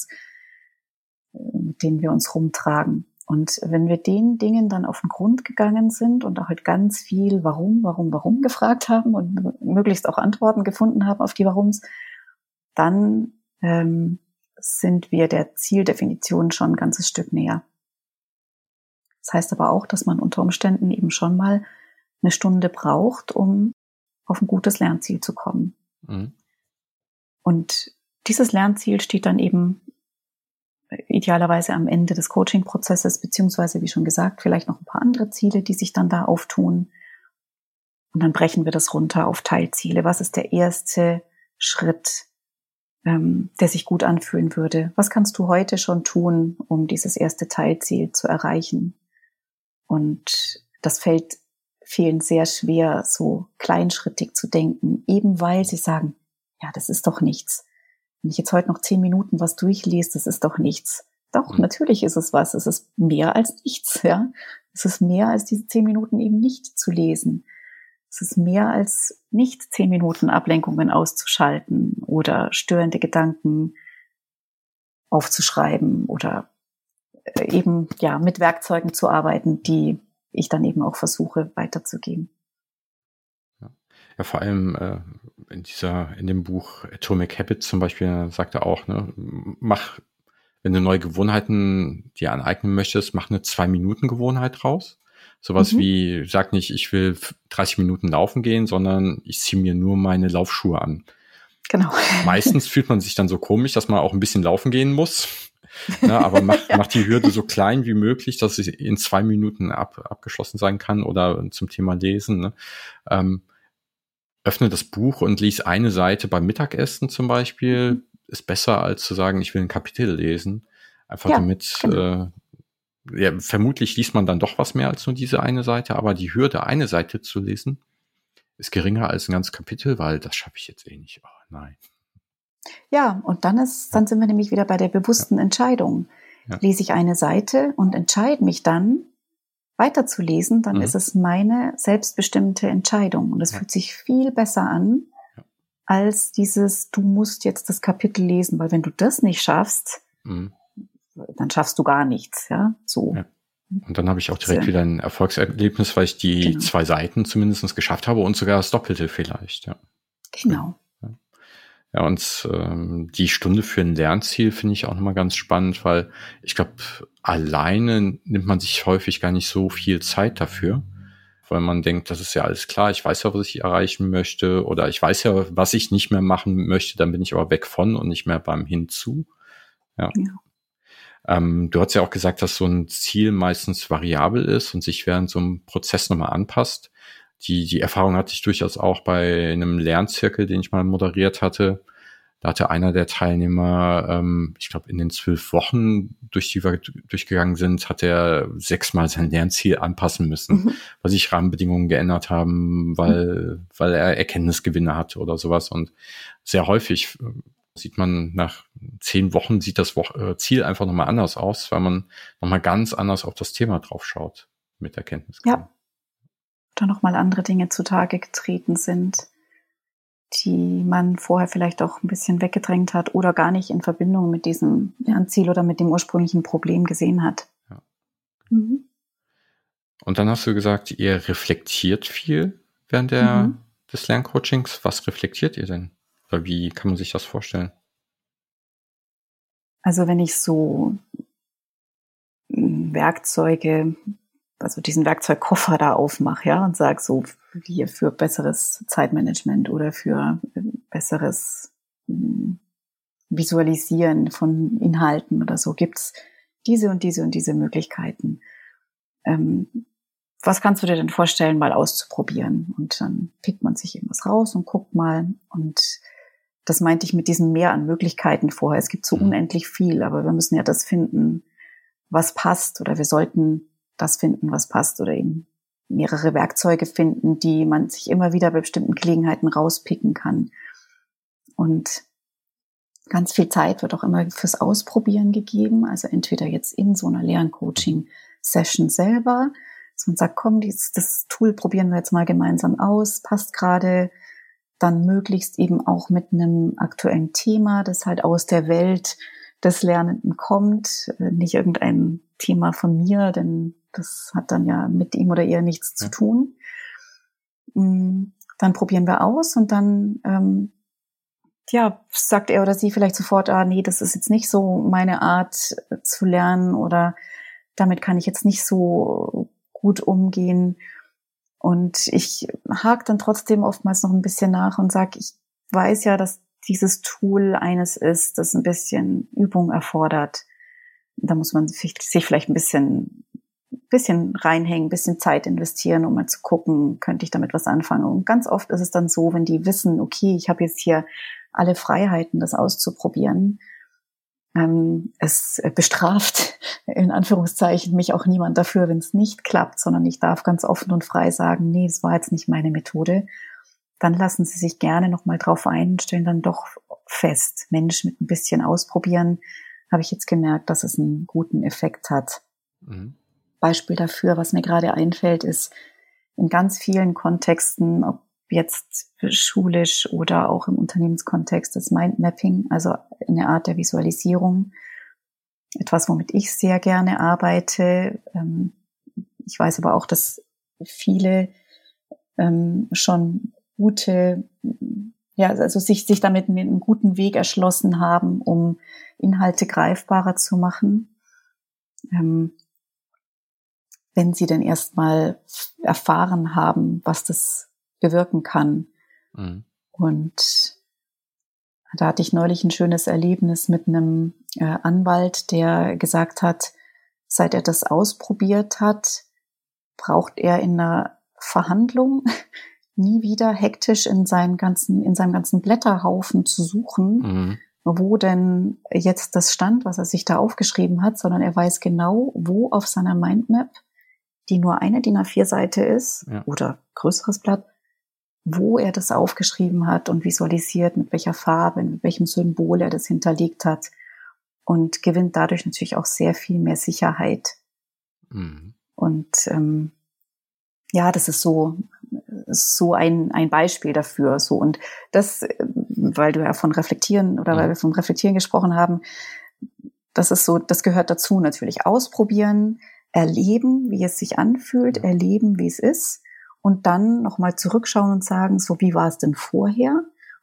mit denen wir uns rumtragen. Und wenn wir den Dingen dann auf den Grund gegangen sind und auch halt ganz viel warum gefragt haben und möglichst auch Antworten gefunden haben auf die Warums, dann sind wir der Zieldefinition schon ein ganzes Stück näher. Das heißt aber auch, dass man unter Umständen eben schon mal eine Stunde braucht, um auf ein gutes Lernziel zu kommen. Und dieses Lernziel steht dann eben idealerweise am Ende des Coaching-Prozesses, beziehungsweise, wie schon gesagt, vielleicht noch ein paar andere Ziele, die sich dann da auftun. Und dann brechen wir das runter auf Teilziele. Was ist der erste Schritt, der sich gut anfühlen würde? Was kannst du heute schon tun, um dieses erste Teilziel zu erreichen? Und das fällt vielen sehr schwer, so kleinschrittig zu denken, eben weil sie sagen, ja, das ist doch nichts. Wenn ich jetzt heute noch 10 Minuten was durchlese, das ist doch nichts. Doch, natürlich ist es was. Es ist mehr als nichts, ja. Es ist mehr als diese 10 Minuten eben nicht zu lesen. Es ist mehr als nicht 10 Minuten Ablenkungen auszuschalten oder störende Gedanken aufzuschreiben oder eben, ja, mit Werkzeugen zu arbeiten, die ich dann eben auch versuche weiterzugeben. Ja, vor allem in dem Buch Atomic Habits zum Beispiel sagt er auch, ne, wenn du neue Gewohnheiten dir aneignen möchtest, mach eine 2-Minuten-Gewohnheit raus. Sowas wie, sag nicht, ich will 30 Minuten laufen gehen, sondern ich ziehe mir nur meine Laufschuhe an. Genau. Meistens fühlt man sich dann so komisch, dass man auch ein bisschen laufen gehen muss. Ja, aber mach die Hürde so klein wie möglich, dass sie in 2 Minuten abgeschlossen sein kann oder zum Thema Lesen. Ne? Öffne das Buch und lies eine Seite beim Mittagessen zum Beispiel. Ist besser, als zu sagen, ich will ein Kapitel lesen. Einfach damit, genau. Vermutlich liest man dann doch was mehr als nur diese eine Seite, aber die Hürde, eine Seite zu lesen, ist geringer als ein ganzes Kapitel, weil das schaffe ich jetzt eh nicht. Oh, nein. Ja, und dann sind wir nämlich wieder bei der bewussten Entscheidung. Ja. Lese ich eine Seite und entscheide mich dann, weiterzulesen, dann ist es meine selbstbestimmte Entscheidung. Und es fühlt sich viel besser an, als dieses, du musst jetzt das Kapitel lesen, weil wenn du das nicht schaffst, dann schaffst du gar nichts, ja, so. Ja. Und dann habe ich auch direkt wieder ein Erfolgserlebnis, weil ich die 2 Seiten zumindest geschafft habe und sogar das Doppelte vielleicht, ja. Genau. Ja, und die Stunde für ein Lernziel finde ich auch nochmal ganz spannend, weil ich glaube, alleine nimmt man sich häufig gar nicht so viel Zeit dafür, weil man denkt, das ist ja alles klar, ich weiß ja, was ich erreichen möchte oder ich weiß ja, was ich nicht mehr machen möchte, dann bin ich aber weg von und nicht mehr beim Hinzu. Ja. Du hast ja auch gesagt, dass so ein Ziel meistens variabel ist und sich während so einem Prozess nochmal anpasst. Die Erfahrung hatte ich durchaus auch bei einem Lernzirkel, den ich mal moderiert hatte. Da hatte einer der Teilnehmer, ich glaube, in den 12 Wochen, durch die wir durchgegangen sind, hat er 6-mal sein Lernziel anpassen müssen, weil sich Rahmenbedingungen geändert haben, weil er Erkenntnisgewinne hatte oder sowas. Und sehr häufig sieht man nach 10 Wochen, sieht das Ziel einfach nochmal anders aus, weil man nochmal ganz anders auf das Thema drauf schaut mit Erkenntnisgewinn. Ja. Da nochmal andere Dinge zutage getreten sind, die man vorher vielleicht auch ein bisschen weggedrängt hat oder gar nicht in Verbindung mit diesem Lernziel oder mit dem ursprünglichen Problem gesehen hat. Ja. Und dann hast du gesagt, ihr reflektiert viel während des Lerncoachings. Was reflektiert ihr denn? Oder wie kann man sich das vorstellen? Also wenn ich so Werkzeuge, also diesen Werkzeugkoffer da aufmache, ja, und sage so, hier für besseres Zeitmanagement oder für besseres Visualisieren von Inhalten oder so, gibt's diese und diese und diese Möglichkeiten. Was kannst du dir denn vorstellen, mal auszuprobieren? Und dann pickt man sich irgendwas raus und guckt mal. Und das meinte ich mit diesem Mehr an Möglichkeiten vorher. Es gibt so unendlich viel, aber wir müssen ja das finden, was passt, oder wir sollten das finden, was passt, oder eben mehrere Werkzeuge finden, die man sich immer wieder bei bestimmten Gelegenheiten rauspicken kann. Und ganz viel Zeit wird auch immer fürs Ausprobieren gegeben, also entweder jetzt in so einer Lerncoaching-Session selber, dass man sagt, komm, das Tool probieren wir jetzt mal gemeinsam aus, passt gerade, dann möglichst eben auch mit einem aktuellen Thema, das halt aus der Welt des Lernenden kommt, nicht irgendein Thema von mir, denn das hat dann ja mit ihm oder ihr nichts zu tun. Dann probieren wir aus und dann sagt er oder sie vielleicht sofort, nee, das ist jetzt nicht so meine Art zu lernen oder damit kann ich jetzt nicht so gut umgehen. Und ich hake dann trotzdem oftmals noch ein bisschen nach und sage, ich weiß ja, dass dieses Tool eines ist, das ein bisschen Übung erfordert. Da muss man sich vielleicht ein bisschen reinhängen, ein bisschen Zeit investieren, um mal zu gucken, könnte ich damit was anfangen. Und ganz oft ist es dann so, wenn die wissen, okay, ich habe jetzt hier alle Freiheiten, das auszuprobieren. Es bestraft, in Anführungszeichen, mich auch niemand dafür, wenn es nicht klappt, sondern ich darf ganz offen und frei sagen, nee, es war jetzt nicht meine Methode. Dann lassen sie sich gerne nochmal drauf ein und stellen dann doch fest, Mensch, mit ein bisschen Ausprobieren habe ich jetzt gemerkt, dass es einen guten Effekt hat. Beispiel dafür, was mir gerade einfällt, ist in ganz vielen Kontexten, ob jetzt schulisch oder auch im Unternehmenskontext, das Mindmapping, also eine Art der Visualisierung. Etwas, womit ich sehr gerne arbeite. Ich weiß aber auch, dass viele schon sich damit einen guten Weg erschlossen haben, um Inhalte greifbarer zu machen. Wenn sie denn erstmal erfahren haben, was das bewirken kann. Und da hatte ich neulich ein schönes Erlebnis mit einem Anwalt, der gesagt hat, seit er das ausprobiert hat, braucht er in einer Verhandlung nie wieder hektisch in seinem ganzen Blätterhaufen zu suchen, wo denn jetzt das stand, was er sich da aufgeschrieben hat, sondern er weiß genau, wo auf seiner Mindmap, die nur eine DIN A4-Seite ist oder größeres Blatt, wo er das aufgeschrieben hat und visualisiert, mit welcher Farbe, mit welchem Symbol er das hinterlegt hat und gewinnt dadurch natürlich auch sehr viel mehr Sicherheit. Und das ist so ein Beispiel dafür. So, und das, weil du ja von Reflektieren oder weil wir vom Reflektieren gesprochen haben, das ist so, das gehört dazu natürlich. Ausprobieren, erleben, wie es sich anfühlt, erleben, wie es ist. Und dann nochmal zurückschauen und sagen, so, wie war es denn vorher?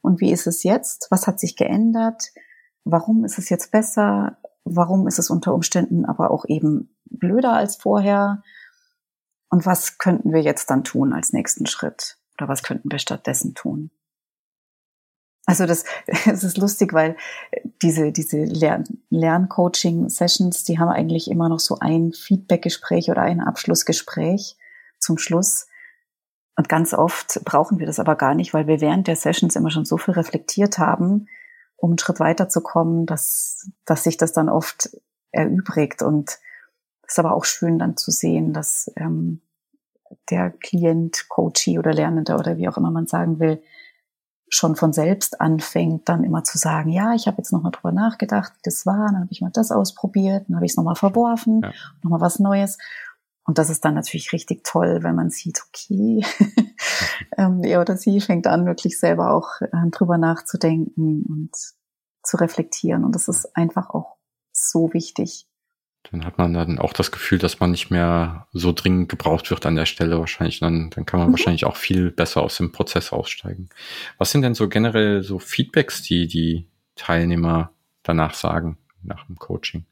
und wie ist es jetzt? Was hat sich geändert? Warum ist es jetzt besser? Warum ist es unter Umständen aber auch eben blöder als vorher? Und was könnten wir jetzt dann tun als nächsten Schritt? Oder was könnten wir stattdessen tun? Also es ist lustig, weil diese Lerncoaching-Sessions, die haben eigentlich immer noch so ein Feedback-Gespräch oder ein Abschlussgespräch zum Schluss. Und ganz oft brauchen wir das aber gar nicht, weil wir während der Sessions immer schon so viel reflektiert haben, um einen Schritt weiterzukommen, dass sich das dann oft erübrigt. Und es ist aber auch schön dann zu sehen, dass der Klient, Coachee oder Lernende oder wie auch immer man sagen will, schon von selbst anfängt, dann immer zu sagen, ja, ich habe jetzt nochmal drüber nachgedacht, wie das war, dann habe ich mal das ausprobiert, dann habe ich es nochmal verworfen, nochmal was Neues. Und das ist dann natürlich richtig toll, wenn man sieht, okay, er oder sie fängt an, wirklich selber auch drüber nachzudenken und zu reflektieren. Und das ist einfach auch so wichtig. Dann hat man dann auch das Gefühl, dass man nicht mehr so dringend gebraucht wird an der Stelle wahrscheinlich. Dann kann man wahrscheinlich auch viel besser aus dem Prozess aussteigen. Was sind denn so generell so Feedbacks, die Teilnehmer danach sagen, nach dem Coaching?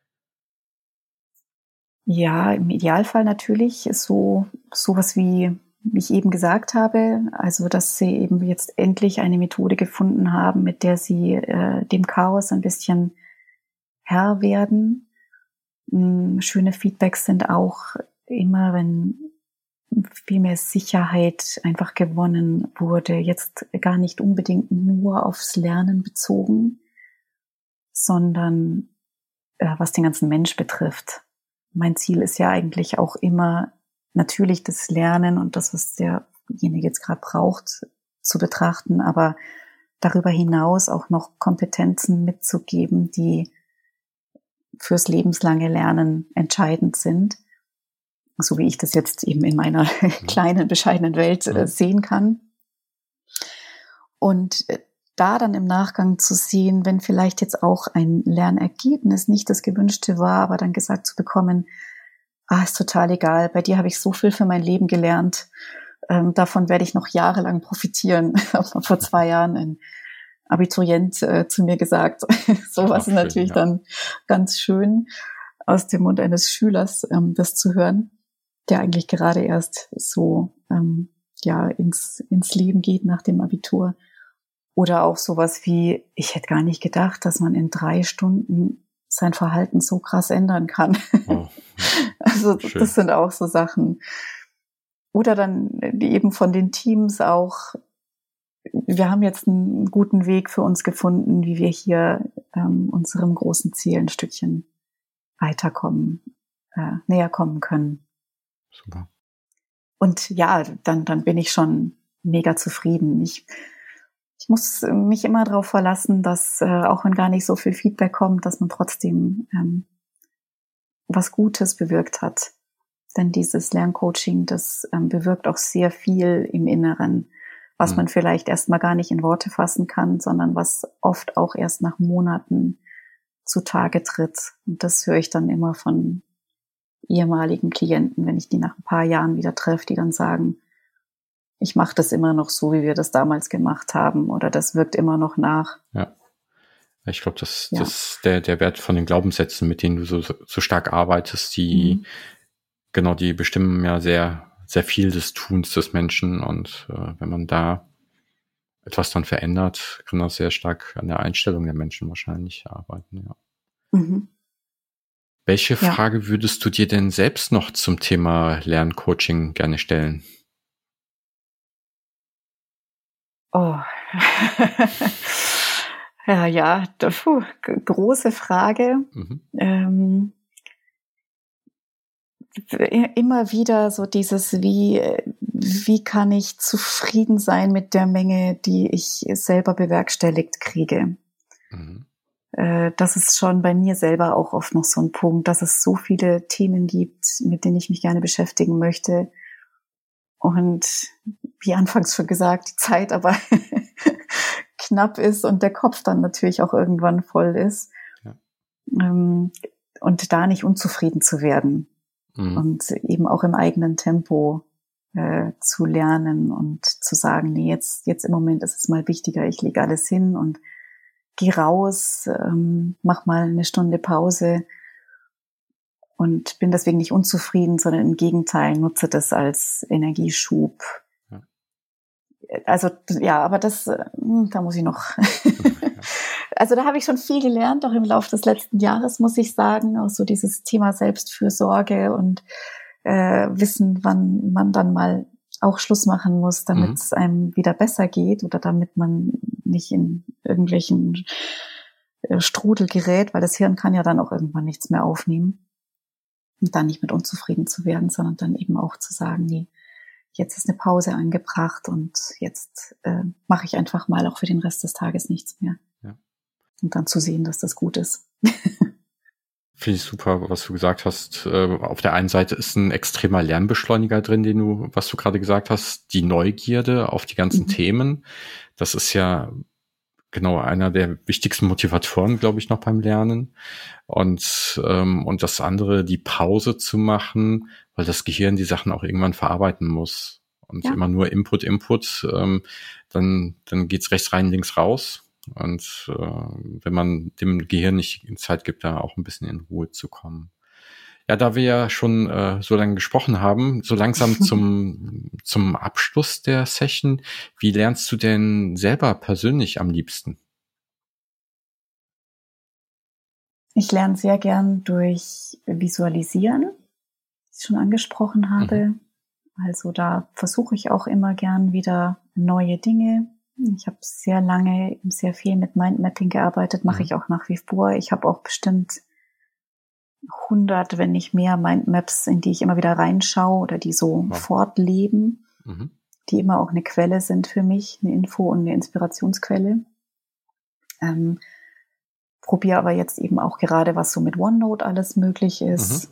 Ja, im Idealfall natürlich ist sowas wie ich eben gesagt habe, also dass sie eben jetzt endlich eine Methode gefunden haben, mit der sie dem Chaos ein bisschen Herr werden. Schöne Feedbacks sind auch immer, wenn viel mehr Sicherheit einfach gewonnen wurde. Jetzt gar nicht unbedingt nur aufs Lernen bezogen, sondern was den ganzen Mensch betrifft. Mein Ziel ist ja eigentlich auch immer natürlich das Lernen und das, was derjenige jetzt gerade braucht, zu betrachten, aber darüber hinaus auch noch Kompetenzen mitzugeben, die fürs lebenslange Lernen entscheidend sind, so wie ich das jetzt eben in meiner kleinen, bescheidenen Welt sehen kann. Und da dann im Nachgang zu sehen, wenn vielleicht jetzt auch ein Lernergebnis nicht das gewünschte war, aber dann gesagt zu bekommen, ist total egal, bei dir habe ich so viel für mein Leben gelernt, davon werde ich noch jahrelang profitieren. Vor 2 Jahren ein Abiturient zu mir gesagt. Sowas ist natürlich dann ganz schön, aus dem Mund eines Schülers das zu hören, der eigentlich gerade erst so ins Leben geht nach dem Abitur. Oder auch sowas wie, ich hätte gar nicht gedacht, dass man in 3 Stunden sein Verhalten so krass ändern kann. Oh, also schön. Das sind auch so Sachen. Oder dann eben von den Teams auch, wir haben jetzt einen guten Weg für uns gefunden, wie wir hier unserem großen Ziel ein Stückchen weiterkommen, näher kommen können. Super. Und ja, dann bin ich schon mega zufrieden. Ich muss mich immer darauf verlassen, dass auch wenn gar nicht so viel Feedback kommt, dass man trotzdem was Gutes bewirkt hat. Denn dieses Lerncoaching, das bewirkt auch sehr viel im Inneren, was man vielleicht erstmal gar nicht in Worte fassen kann, sondern was oft auch erst nach Monaten zutage tritt. Und das höre ich dann immer von ehemaligen Klienten, wenn ich die nach ein paar Jahren wieder treffe, die dann sagen, ich mache das immer noch so, wie wir das damals gemacht haben, oder das wirkt immer noch nach. Ja, ich glaube, das ist der Wert von den Glaubenssätzen, mit denen du so stark arbeitest, die bestimmen ja sehr, sehr viel des Tuns des Menschen, und wenn man da etwas dann verändert, kann das sehr stark an der Einstellung der Menschen wahrscheinlich arbeiten. Ja. Mhm. Welche Frage würdest du dir denn selbst noch zum Thema Lerncoaching gerne stellen? Oh, große Frage. Immer wieder so dieses, wie kann ich zufrieden sein mit der Menge, die ich selber bewerkstelligt kriege. Das ist schon bei mir selber auch oft noch so ein Punkt, dass es so viele Themen gibt, mit denen ich mich gerne beschäftigen möchte. Und wie anfangs schon gesagt, die Zeit aber knapp ist und der Kopf dann natürlich auch irgendwann voll ist. Ja. Und da nicht unzufrieden zu werden. Und eben auch im eigenen Tempo zu lernen und zu sagen, nee, jetzt im Moment ist es mal wichtiger, ich lege alles hin und geh raus, mach mal eine Stunde Pause und bin deswegen nicht unzufrieden, sondern im Gegenteil, nutze das als Energieschub. Ja. Also ja, aber das, da muss ich noch, also da habe ich schon viel gelernt, auch im Laufe des letzten Jahres, muss ich sagen, auch so dieses Thema Selbstfürsorge und wissen, wann man dann mal auch Schluss machen muss, damit es einem wieder besser geht oder damit man nicht in irgendwelchen Strudel gerät, weil das Hirn kann ja dann auch irgendwann nichts mehr aufnehmen und dann nicht mit unzufrieden zu werden, sondern dann eben auch zu sagen, nee, jetzt ist eine Pause angebracht und jetzt mache ich einfach mal auch für den Rest des Tages nichts mehr. Ja. Und dann zu sehen, dass das gut ist. Finde ich super, was du gesagt hast. Auf der einen Seite ist ein extremer Lernbeschleuniger drin, was du gerade gesagt hast, die Neugierde auf die ganzen Themen. Das ist ja genau einer der wichtigsten Motivatoren, glaube ich, noch beim Lernen. Und das andere, die Pause zu machen, weil das Gehirn die Sachen auch irgendwann verarbeiten muss. Und immer nur Input, dann geht's rechts rein, links raus. Und wenn man dem Gehirn nicht Zeit gibt, da auch ein bisschen in Ruhe zu kommen. Ja, da wir ja schon so lange gesprochen haben, so langsam zum Abschluss der Session, wie lernst du denn selber persönlich am liebsten? Ich lerne sehr gern durch Visualisieren, wie ich schon angesprochen habe. Also da versuche ich auch immer gern wieder neue Dinge. Ich habe sehr lange sehr viel mit Mindmapping gearbeitet, mache ich auch nach wie vor. Ich habe auch bestimmt 100, wenn nicht mehr, Mindmaps, in die ich immer wieder reinschaue oder die so fortleben, die immer auch eine Quelle sind für mich, eine Info- und eine Inspirationsquelle. Probiere aber jetzt eben auch gerade, was so mit OneNote alles möglich ist.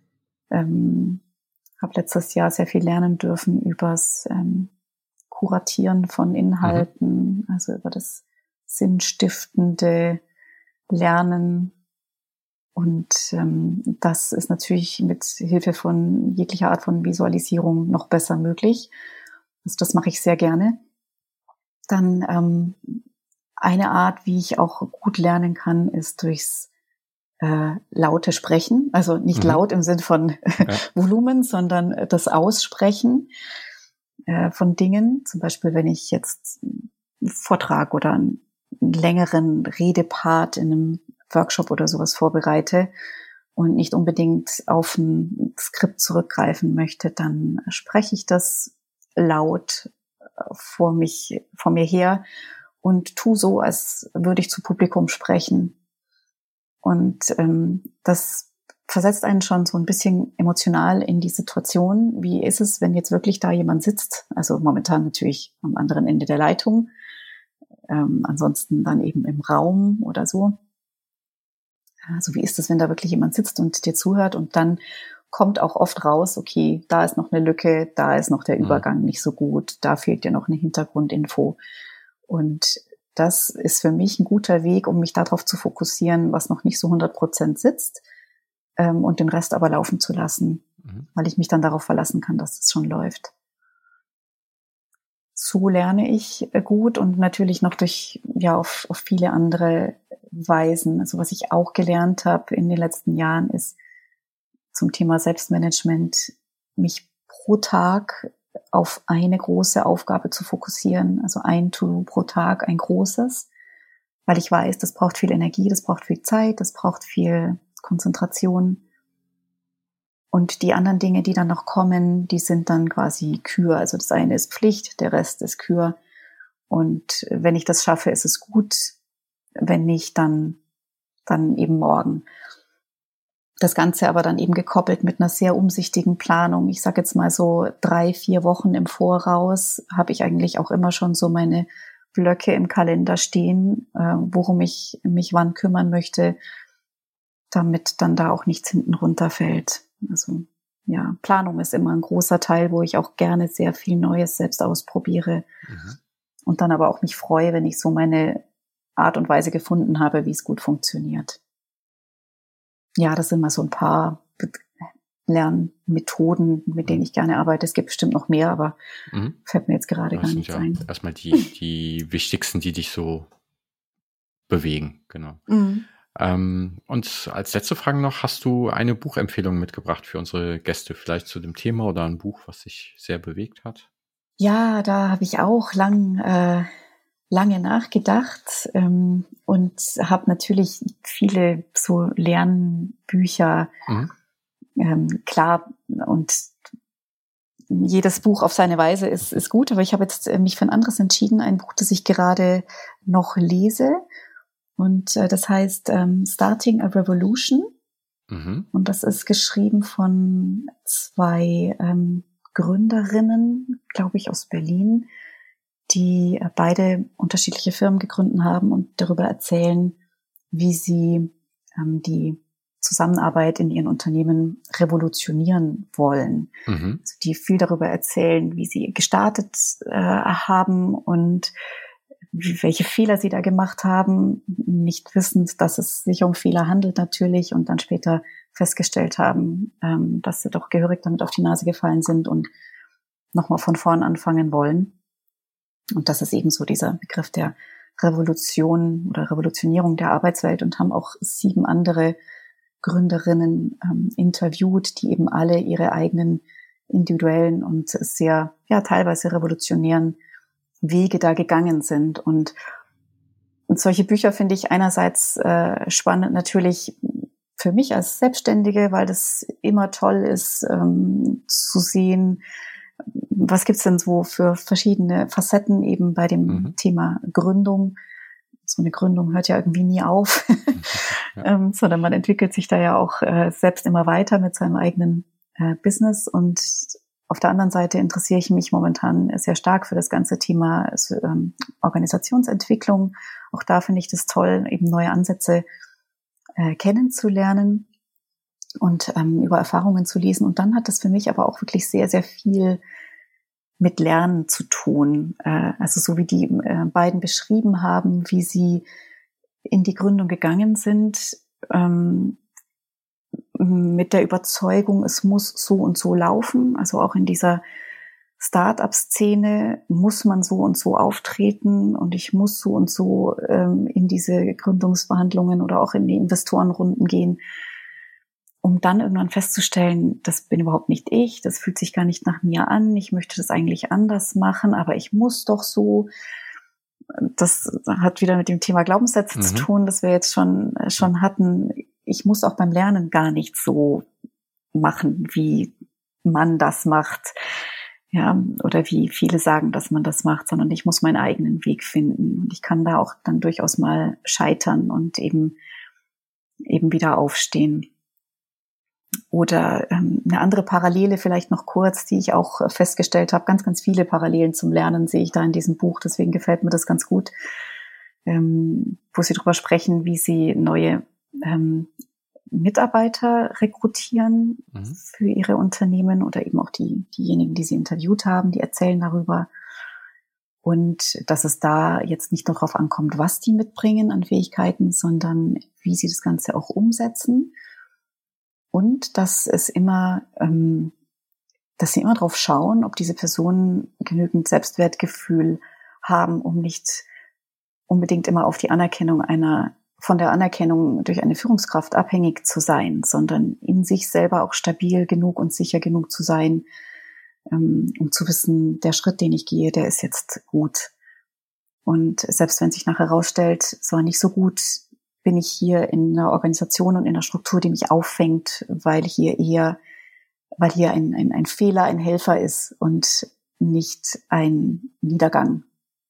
Habe letztes Jahr sehr viel lernen dürfen übers Kuratieren von Inhalten, also über das sinnstiftende Lernen. Und das ist natürlich mit Hilfe von jeglicher Art von Visualisierung noch besser möglich. Also das mache ich sehr gerne. Dann eine Art, wie ich auch gut lernen kann, ist durchs laute Sprechen. Also nicht laut im Sinn von Volumen, sondern das Aussprechen von Dingen. Zum Beispiel, wenn ich jetzt einen Vortrag oder einen längeren Redepart in einem Workshop oder sowas vorbereite und nicht unbedingt auf ein Skript zurückgreifen möchte, dann spreche ich das laut vor mir her und tu so, als würde ich zu Publikum sprechen. Und das versetzt einen schon so ein bisschen emotional in die Situation. Wie ist es, wenn jetzt wirklich da jemand sitzt? Also momentan natürlich am anderen Ende der Leitung, ansonsten dann eben im Raum oder so. Also wie ist es, wenn da wirklich jemand sitzt und dir zuhört und dann kommt auch oft raus, okay, da ist noch eine Lücke, da ist noch der Übergang nicht so gut, da fehlt dir noch eine Hintergrundinfo. Und das ist für mich ein guter Weg, um mich darauf zu fokussieren, was noch nicht so 100% sitzt, und den Rest aber laufen zu lassen, weil ich mich dann darauf verlassen kann, dass es schon läuft. So lerne ich gut und natürlich noch auf viele andere Weisen. Also was ich auch gelernt habe in den letzten Jahren ist zum Thema Selbstmanagement, mich pro Tag auf eine große Aufgabe zu fokussieren, also ein To-Do pro Tag, ein großes, weil ich weiß, das braucht viel Energie, das braucht viel Zeit, das braucht viel Konzentration. Und die anderen Dinge, die dann noch kommen, die sind dann quasi Kür. Also das eine ist Pflicht, der Rest ist Kür. Und wenn ich das schaffe, ist es gut. Wenn nicht, dann eben morgen. Das Ganze aber dann eben gekoppelt mit einer sehr umsichtigen Planung. Ich sage jetzt mal so 3-4 Wochen im Voraus habe ich eigentlich auch immer schon so meine Blöcke im Kalender stehen, worum ich mich wann kümmern möchte, damit dann da auch nichts hinten runterfällt. Also ja, Planung ist immer ein großer Teil, wo ich auch gerne sehr viel Neues selbst ausprobiere und dann aber auch mich freue, wenn ich so meine Art und Weise gefunden habe, wie es gut funktioniert. Ja, das sind mal so ein paar Lernmethoden, mit denen ich gerne arbeite. Es gibt bestimmt noch mehr, aber fällt mir jetzt gerade gar nichts ein. Erstmal die wichtigsten, die dich so bewegen, genau. Und als letzte Frage noch, hast du eine Buchempfehlung mitgebracht für unsere Gäste, vielleicht zu dem Thema oder ein Buch, was dich sehr bewegt hat? Ja, da habe ich auch lange nachgedacht und habe natürlich viele so Lernbücher, klar, und jedes Buch auf seine Weise ist gut, aber ich habe jetzt mich für ein anderes entschieden, ein Buch, das ich gerade noch lese, und das heißt Starting a Revolution, und das ist geschrieben von zwei Gründerinnen, glaube ich, aus Berlin, die beide unterschiedliche Firmen gegründet haben und darüber erzählen, wie sie die Zusammenarbeit in ihren Unternehmen revolutionieren wollen. Also die viel darüber erzählen, wie sie gestartet haben und welche Fehler sie da gemacht haben, nicht wissend, dass es sich um Fehler handelt natürlich, und dann später festgestellt haben, dass sie doch gehörig damit auf die Nase gefallen sind und nochmal von vorn anfangen wollen. Und das ist eben so dieser Begriff der Revolution oder Revolutionierung der Arbeitswelt, und haben auch 7 andere Gründerinnen interviewt, die eben alle ihre eigenen individuellen und sehr, ja, teilweise revolutionären Wege da gegangen sind. Und solche Bücher finde ich einerseits spannend natürlich für mich als Selbstständige, weil das immer toll ist, zu sehen, was gibt's denn so für verschiedene Facetten eben bei dem Thema Gründung. So eine Gründung hört ja irgendwie nie auf, sondern man entwickelt sich da ja auch selbst immer weiter mit seinem eigenen Business. Und auf der anderen Seite interessiere ich mich momentan sehr stark für das ganze Thema Organisationsentwicklung. Auch da finde ich das toll, eben neue Ansätze kennenzulernen und über Erfahrungen zu lesen. Und dann hat das für mich aber auch wirklich sehr, sehr viel mit Lernen zu tun. Also so wie die beiden beschrieben haben, wie sie in die Gründung gegangen sind, mit der Überzeugung, es muss so und so laufen. Also auch in dieser Start-up-Szene muss man so und so auftreten, und ich muss so und so in diese Gründungsverhandlungen oder auch in die Investorenrunden gehen, um dann irgendwann festzustellen, das bin überhaupt nicht ich, das fühlt sich gar nicht nach mir an, ich möchte das eigentlich anders machen, aber ich muss doch so. Das hat wieder mit dem Thema Glaubenssätze zu tun, das wir jetzt schon hatten. Ich muss auch beim Lernen gar nicht so machen, wie man das macht, ja, oder wie viele sagen, dass man das macht, sondern ich muss meinen eigenen Weg finden, und ich kann da auch dann durchaus mal scheitern und eben wieder aufstehen. Oder eine andere Parallele vielleicht noch kurz, die ich auch festgestellt habe. Ganz, ganz viele Parallelen zum Lernen sehe ich da in diesem Buch. Deswegen gefällt mir das ganz gut, wo sie darüber sprechen, wie sie neue Mitarbeiter rekrutieren für ihre Unternehmen, oder eben auch diejenigen, die sie interviewt haben, die erzählen darüber. Und dass es da jetzt nicht nur darauf ankommt, was die mitbringen an Fähigkeiten, sondern wie sie das Ganze auch umsetzen. Und dass es immer, dass sie immer drauf schauen, ob diese Personen genügend Selbstwertgefühl haben, um nicht unbedingt immer auf die Anerkennung von der Anerkennung durch eine Führungskraft abhängig zu sein, sondern in sich selber auch stabil genug und sicher genug zu sein, um zu wissen, der Schritt, den ich gehe, der ist jetzt gut. Und selbst wenn sich nachher herausstellt, es war nicht so gut, bin ich hier in einer Organisation und in einer Struktur, die mich auffängt, weil hier ein Fehler ein Helfer ist und nicht ein Niedergang.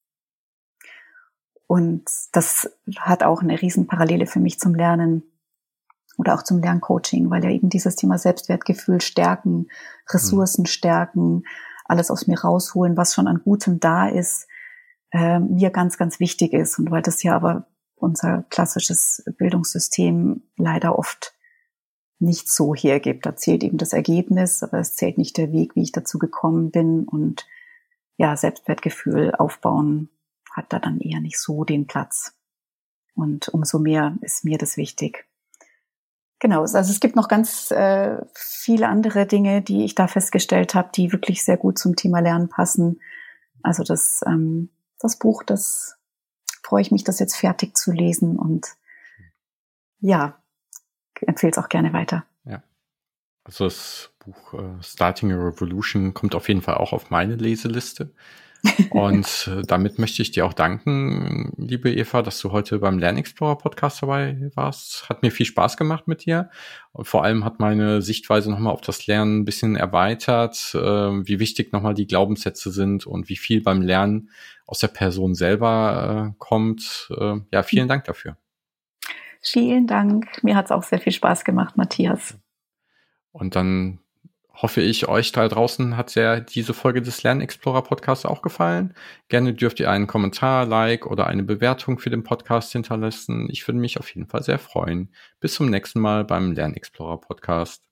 Und das hat auch eine Riesenparallele für mich zum Lernen oder auch zum Lerncoaching, weil ja eben dieses Thema Selbstwertgefühl stärken, Ressourcen stärken, alles aus mir rausholen, was schon an Gutem da ist, mir ganz, ganz wichtig ist. Und weil das ja aber unser klassisches Bildungssystem leider oft nicht so hergibt. Da zählt eben das Ergebnis, aber es zählt nicht der Weg, wie ich dazu gekommen bin. Und ja, Selbstwertgefühl aufbauen hat da dann eher nicht so den Platz. Und umso mehr ist mir das wichtig, Genau, also es gibt noch ganz viele andere Dinge, die ich da festgestellt habe, die wirklich sehr gut zum Thema Lernen passen. Also das Buch, das freue ich mich, das jetzt fertig zu lesen und ja, empfehle es auch gerne weiter. Ja, also das Buch Starting a Revolution kommt auf jeden Fall auch auf meine Leseliste. Und damit möchte ich dir auch danken, liebe Eva, dass du heute beim Lernexplorer Podcast dabei warst. Hat mir viel Spaß gemacht mit dir. Und vor allem hat meine Sichtweise nochmal auf das Lernen ein bisschen erweitert, wie wichtig nochmal die Glaubenssätze sind und wie viel beim Lernen aus der Person selber kommt. Ja, vielen Dank dafür. Vielen Dank. Mir hat es auch sehr viel Spaß gemacht, Matthias. Und dann hoffe ich, euch da draußen hat diese Folge des Lernexplorer Podcasts auch gefallen. Gerne dürft ihr einen Kommentar, Like oder eine Bewertung für den Podcast hinterlassen. Ich würde mich auf jeden Fall sehr freuen. Bis zum nächsten Mal beim Lernexplorer Podcast.